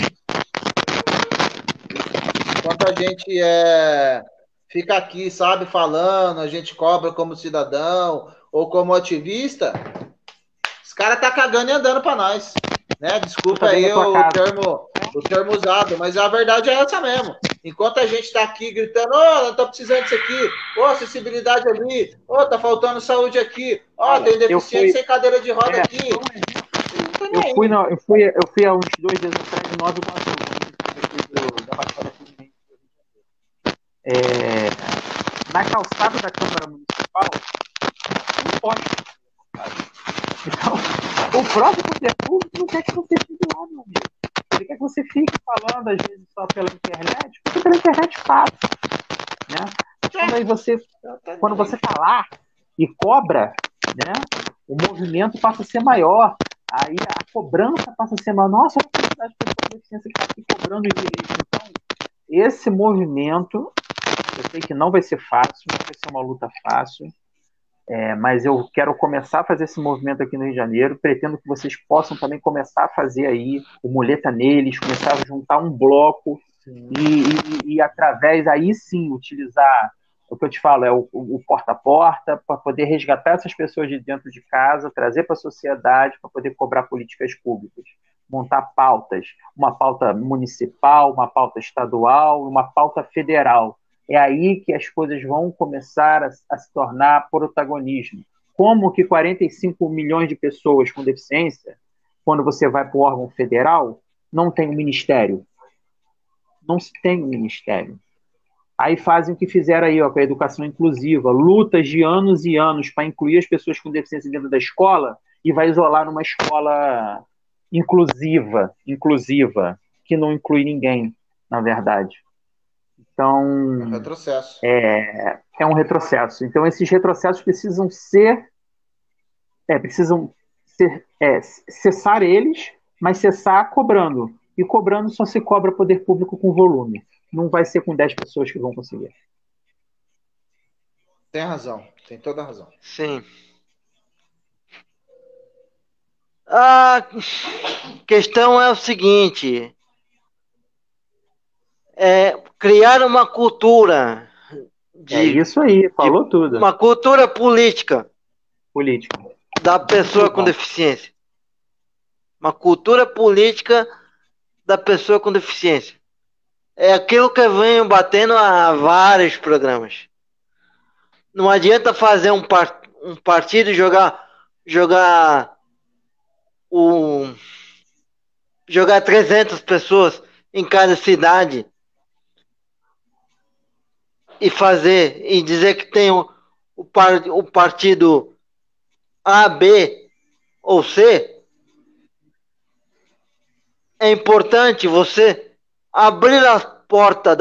Enquanto a gente fica aqui, sabe, falando, a gente cobra como cidadão ou como ativista, os caras tá cagando e andando para nós. Né? Desculpa aí o termo usado, mas a verdade é essa mesmo. Enquanto a gente está aqui gritando, nós estamos precisando disso aqui, acessibilidade ali, tá faltando saúde aqui, tem deficiente sem cadeira de roda aqui. Eu fui há uns 2 dias atrás de Nova Iguaçu, da Baixada Fluminense. Na calçada da Câmara Municipal, não pode. Então, o próprio poder público não quer que você fique lá, meu amigo. Ele quer que você fique falando, às vezes, só pela internet, porque pela internet passa. Né? Quando você está lá e cobra, né, o movimento passa a ser maior. Aí a cobrança passa a ser maior. Nossa, olha a quantidade de pessoas com deficiência que está aqui cobrando os direitos. Então, esse movimento, eu sei que não vai ser fácil, não vai ser uma luta fácil, mas eu quero começar a fazer esse movimento aqui no Rio de Janeiro. Pretendo que vocês possam também começar a fazer aí o Muleta Neles, começar a juntar um bloco e através, aí sim, utilizar o que eu te falo, o porta a porta, para poder resgatar essas pessoas de dentro de casa, trazer para a sociedade, para poder cobrar políticas públicas, montar pautas, uma pauta municipal, uma pauta estadual, uma pauta federal. É aí que as coisas vão começar a se tornar protagonismo. Como que 45 milhões de pessoas com deficiência, quando você vai para o órgão federal, não tem um ministério? Não se tem um ministério. Aí fazem o que fizeram aí, com a educação inclusiva, lutas de anos e anos para incluir as pessoas com deficiência dentro da escola e vai isolar numa escola inclusiva, que não inclui ninguém, na verdade. Então, é um retrocesso. É um retrocesso. Então, esses retrocessos precisam cessar eles, mas cessar cobrando. E cobrando só se cobra poder público com volume. Não vai ser com 10 pessoas que vão conseguir. Tem razão, tem toda a razão. Sim. A questão é o seguinte: criar uma cultura. Isso aí, falou tudo. Uma cultura política. Da pessoa com deficiência. Uma cultura política da pessoa com deficiência. É aquilo que eu venho batendo a vários programas. Não adianta fazer um partido e jogar 300 pessoas em cada cidade e dizer que tem o partido A, B ou C. É importante você abrir a porta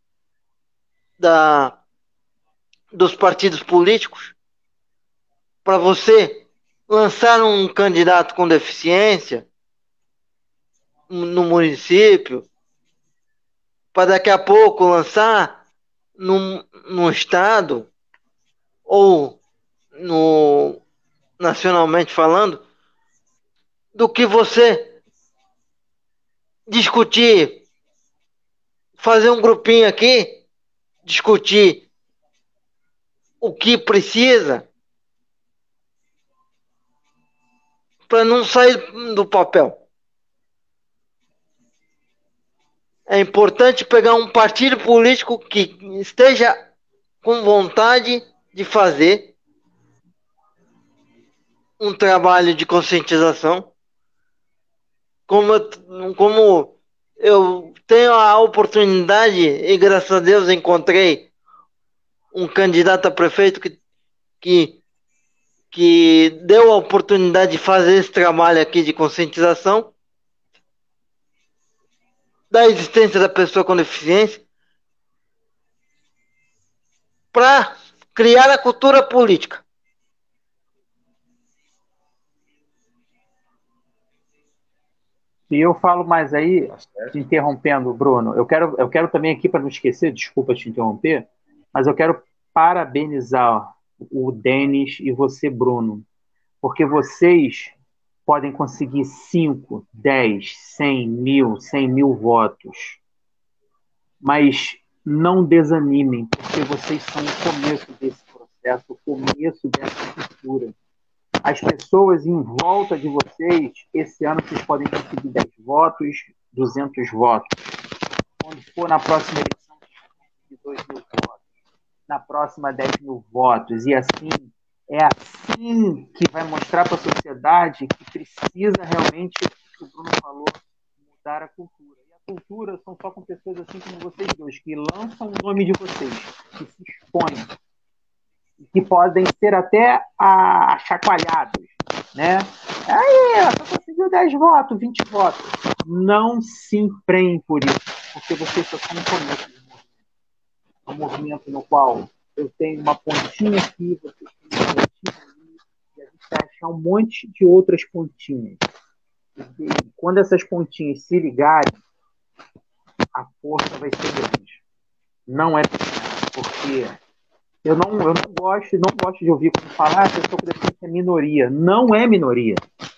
dos partidos políticos para você lançar um candidato com deficiência no município, para daqui a pouco lançar no estado ou nacionalmente falando, do que você discutir, fazer um grupinho aqui, discutir o que precisa para não sair do papel. É importante pegar um partido político que esteja com vontade de fazer um trabalho de conscientização. Como eu tenho a oportunidade, e graças a Deus encontrei um candidato a prefeito que deu a oportunidade de fazer esse trabalho aqui de conscientização da existência da pessoa com deficiência, para criar a cultura política. E eu falo mais aí, te interrompendo, Bruno, eu quero também aqui, para não esquecer, desculpa te interromper, mas eu quero parabenizar o Denis e você, Bruno, porque vocês podem conseguir 5, 10, 100 mil votos, mas não desanimem, porque vocês são o começo desse processo, o começo dessa cultura. As pessoas em volta de vocês, esse ano vocês podem conseguir 10 votos, 200 votos. Quando for na próxima eleição, 2 mil votos, na próxima 10 mil votos, e assim, é assim que vai mostrar para a sociedade que precisa realmente, o que o Bruno falou, mudar a cultura. E a cultura são só com pessoas assim como vocês dois, que lançam o nome de vocês, que se expõem, que podem ser até achacoalhados, né? Aí, só conseguiu 10 votos, 20 votos. Não se empreendem por isso, porque vocês só são no começo do movimento. É um movimento no qual eu tenho uma pontinha aqui, você tem uma pontinha ali, e a gente vai achar um monte de outras pontinhas. E quando essas pontinhas se ligarem, a força vai ser grande. Não é pequena, porque eu não gosto de ouvir quando falar a pessoa com deficiência é minoria. Não é minoria.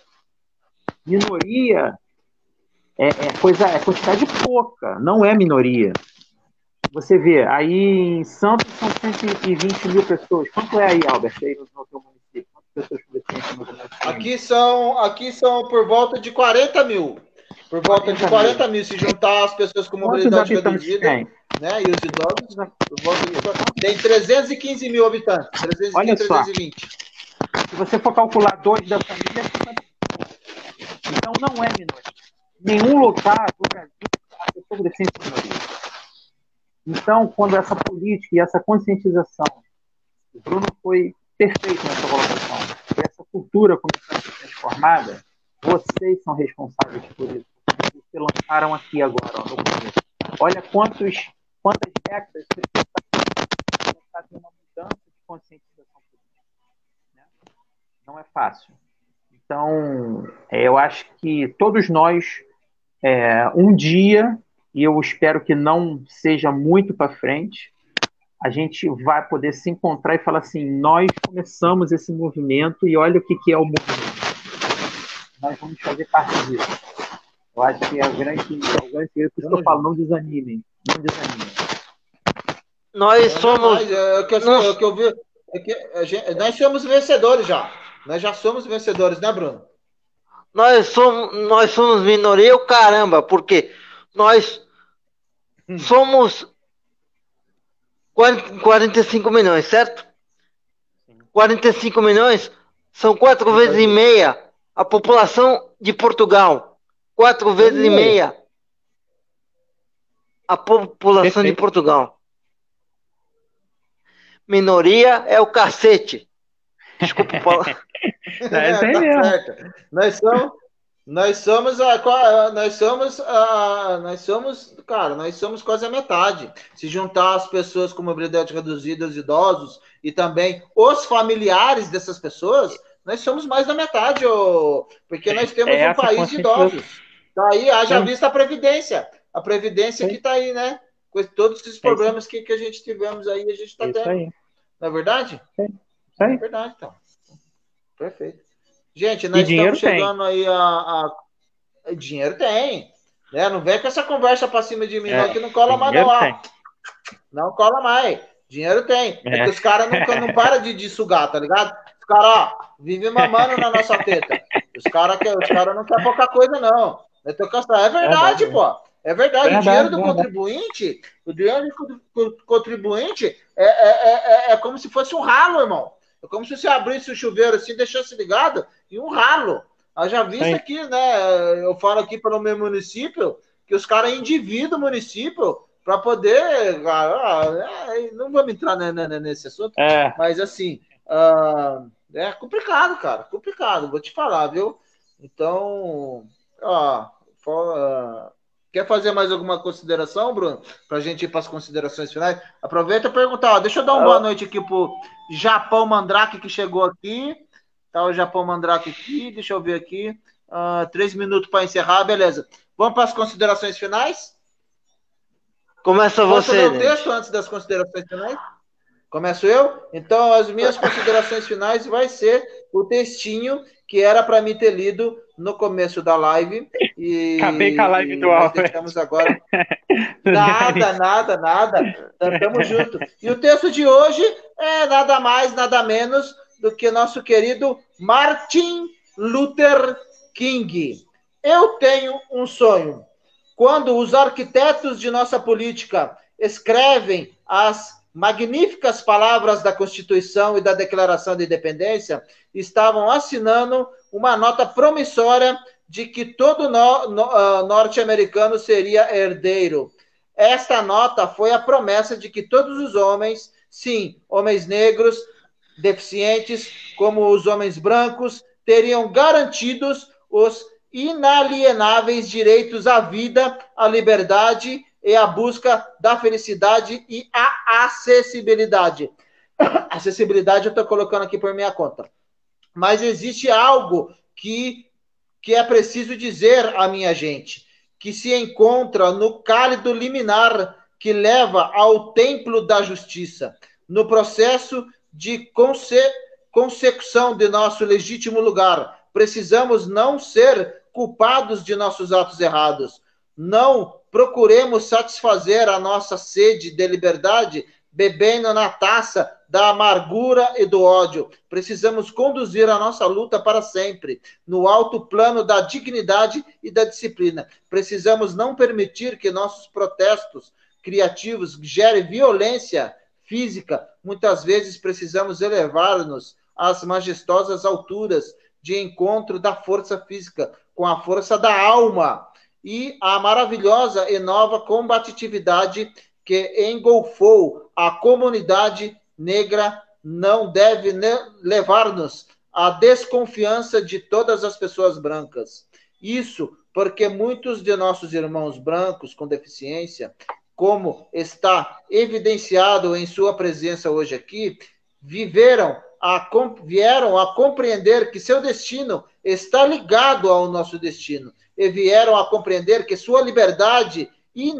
Minoria é quantidade pouca, não é minoria. Você vê, aí em Santos são 120 mil pessoas. Quanto é aí, Albert, aí no teu município? Quantas pessoas com deficiência no município? Aqui são por volta de 40 mil. Por volta de 40 mil, se juntar as pessoas com mobilidade reduzida, né, e os idosos, tem 315 mil habitantes. 315, olha só, 320. Se você for calcular 2 da família, então não é minoria. Nenhum lugar do Brasil a pessoa com deficiência é minoria. Então, quando essa política e essa conscientização, o Bruno foi perfeito nessa colocação, e essa cultura começou a ser transformada, vocês são responsáveis por isso. Vocês se lançaram aqui agora, no começo. Olha quantas décadas vocês estão a ter uma mudança de conscientização política. Né? Não é fácil. Então, eu acho que todos nós, um dia, e eu espero que não seja muito para frente, a gente vai poder se encontrar e falar assim, nós começamos esse movimento e olha o que é o movimento. Nós vamos fazer parte disso. Eu acho que é o grande segredo, por isso que eu falo, não desanimem. Não desanimem. Nós somos... Nós somos vencedores já. Nós já somos vencedores, né, Bruno? Nós somos minoria, o caramba, porque nós somos 45 milhões, certo? 45 milhões são 4 vezes e meia a população de Portugal. 4 vezes e meia a população de Portugal. Minoria é o cacete. Desculpa o Paulo. Nós somos quase a metade. Se juntar as pessoas com mobilidade reduzida, os idosos e também os familiares dessas pessoas, nós somos mais da metade, porque nós temos um país de idosos. Daí haja vista a Previdência. A Previdência que está aí, né? Com todos esses problemas que a gente tivemos aí, a gente está tendo. Aí. Não é verdade? É verdade, então. Perfeito. Gente, nós estamos chegando aí a... Dinheiro tem. Né? Não vem com essa conversa para cima de mim, não, que não cola mais, não. Não cola mais. Dinheiro tem. É que os caras não param de sugar, tá ligado? Os caras, vivem mamando na nossa teta. Os caras não querem pouca coisa, não. É verdade, pô. É verdade. O dinheiro do contribuinte, é como se fosse um ralo, irmão. É como se você abrisse o chuveiro assim, deixasse ligado, e um ralo. Já visto aqui, né? Eu falo aqui pelo meu município, que os caras endividam o município para poder... não vamos entrar nesse assunto, mas assim, é complicado, cara. Complicado, vou te falar, viu? Então, quer fazer mais alguma consideração, Bruno? Para a gente ir para as considerações finais? Aproveita e perguntar. Deixa eu dar uma boa noite aqui pro Japão Mandrake, que chegou aqui. Tá o Japão Mandrake aqui. Deixa eu ver aqui. 3 minutos para encerrar, beleza. Vamos para as considerações finais? Começa você. Posso ler o texto antes das considerações finais? Começo eu? Então, as minhas considerações finais vai ser o textinho que era para mim ter lido no começo da live. Acabei com a live do Albert. Deixamos agora. Nada. Tamo junto. E o texto de hoje é nada mais, nada menos do que nosso querido Martin Luther King. Eu tenho um sonho. Quando os arquitetos de nossa política escrevem as magníficas palavras da Constituição e da Declaração de Independência, estavam assinando uma nota promissória de que todo norte-americano seria herdeiro. Esta nota foi a promessa de que todos os homens, sim, homens negros, deficientes, como os homens brancos, teriam garantidos os inalienáveis direitos à vida, à liberdade e à busca da felicidade e à acessibilidade. Acessibilidade eu estou colocando aqui por minha conta. Mas existe algo que é preciso dizer à minha gente, que se encontra no cálido liminar que leva ao templo da justiça, no processo de consecução de nosso legítimo lugar. Precisamos não ser culpados de nossos atos errados. Não procuremos satisfazer a nossa sede de liberdade bebendo na taça da amargura e do ódio. Precisamos conduzir a nossa luta para sempre, no alto plano da dignidade e da disciplina. Precisamos não permitir que nossos protestos criativos gerem violência física. Muitas vezes precisamos elevar-nos às majestosas alturas de encontro da força física com a força da alma e a maravilhosa e nova combatividade que engolfou a comunidade negra não deve levar-nos à desconfiança de todas as pessoas brancas. Isso porque muitos de nossos irmãos brancos com deficiência, como está evidenciado em sua presença hoje aqui, vieram a compreender que seu destino está ligado ao nosso destino e vieram a compreender que sua liberdade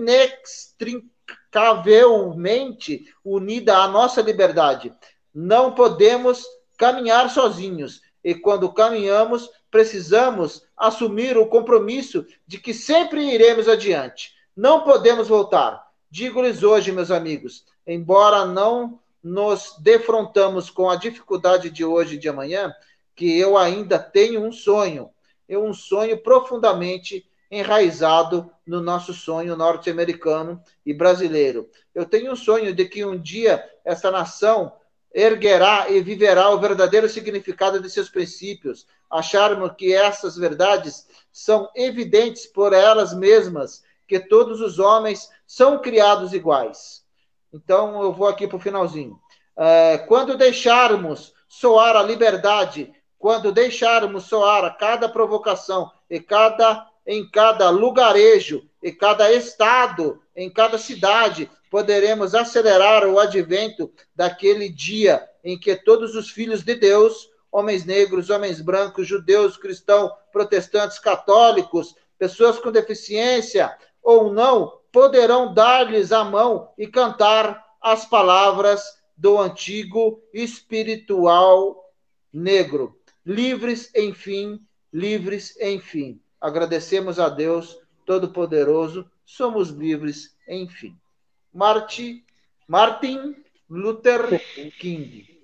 inextricavelmente unida à nossa liberdade. Não podemos caminhar sozinhos e quando caminhamos precisamos assumir o compromisso de que sempre iremos adiante. Não podemos voltar. Digo-lhes hoje, meus amigos, embora não nos defrontamos com a dificuldade de hoje e de amanhã, que eu ainda tenho um sonho profundamente enraizado no nosso sonho norte-americano e brasileiro. Eu tenho um sonho de que um dia essa nação erguerá e viverá o verdadeiro significado de seus princípios, acharmos que essas verdades são evidentes por elas mesmas, que todos os homens são criados iguais. Então, eu vou aqui para o finalzinho. Quando deixarmos soar a liberdade, quando deixarmos soar a cada provocação, em cada lugarejo, em cada estado, em cada cidade, poderemos acelerar o advento daquele dia em que todos os filhos de Deus, homens negros, homens brancos, judeus, cristãos, protestantes, católicos, pessoas com deficiência ou não, poderão dar-lhes a mão e cantar as palavras do antigo espiritual negro. Livres, enfim, livres, enfim. Agradecemos a Deus Todo-Poderoso, somos livres, enfim. Martin Luther King.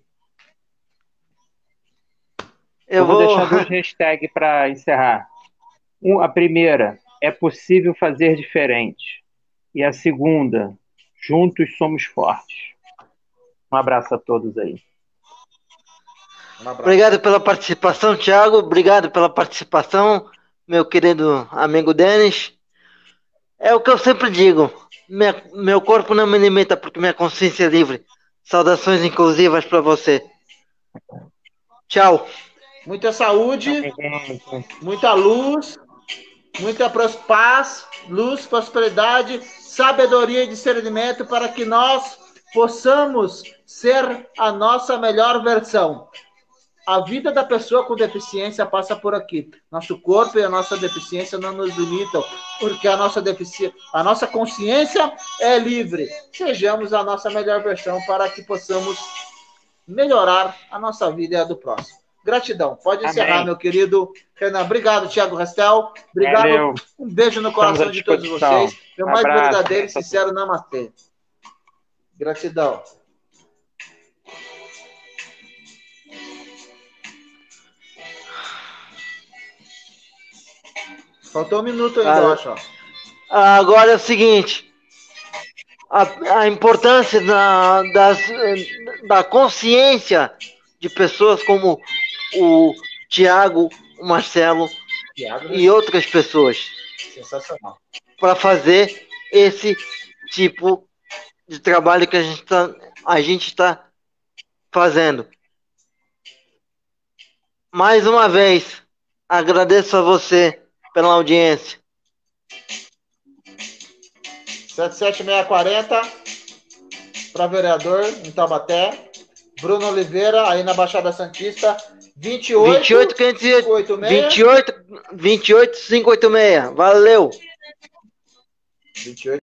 Eu vou deixar 2 hashtags para encerrar. A primeira, é possível fazer diferente. E a segunda, juntos somos fortes. Um abraço a todos aí. Obrigado pela participação, Thiago. Obrigado pela participação, meu querido amigo Denis. É o que eu sempre digo. Meu corpo não me limita porque minha consciência é livre. Saudações inclusivas para você. Tchau. Muita saúde, muita luz, muita paz, luz, prosperidade, sabedoria e discernimento para que nós possamos ser a nossa melhor versão. A vida da pessoa com deficiência passa por aqui. Nosso corpo e a nossa deficiência não nos limitam, porque a nossa consciência é livre. Sejamos a nossa melhor versão para que possamos melhorar a nossa vida e a do próximo. Gratidão. Pode encerrar, meu querido Renan. Obrigado, Thiago Restel. Obrigado. Valeu. Um beijo no coração de todos vocês. Meu mais verdadeiro e sincero namastê. Gratidão. Faltou 1 minuto ainda, eu acho. Agora é o seguinte. a importância da consciência de pessoas como o Tiago, o Marcelo e outras pessoas. Sensacional. Para fazer esse tipo de trabalho que a gente está fazendo. Mais uma vez, agradeço a você pela audiência. 77640 para vereador em Taubaté. Bruno Oliveira, aí na Baixada Santista. 28586. Valeu. 28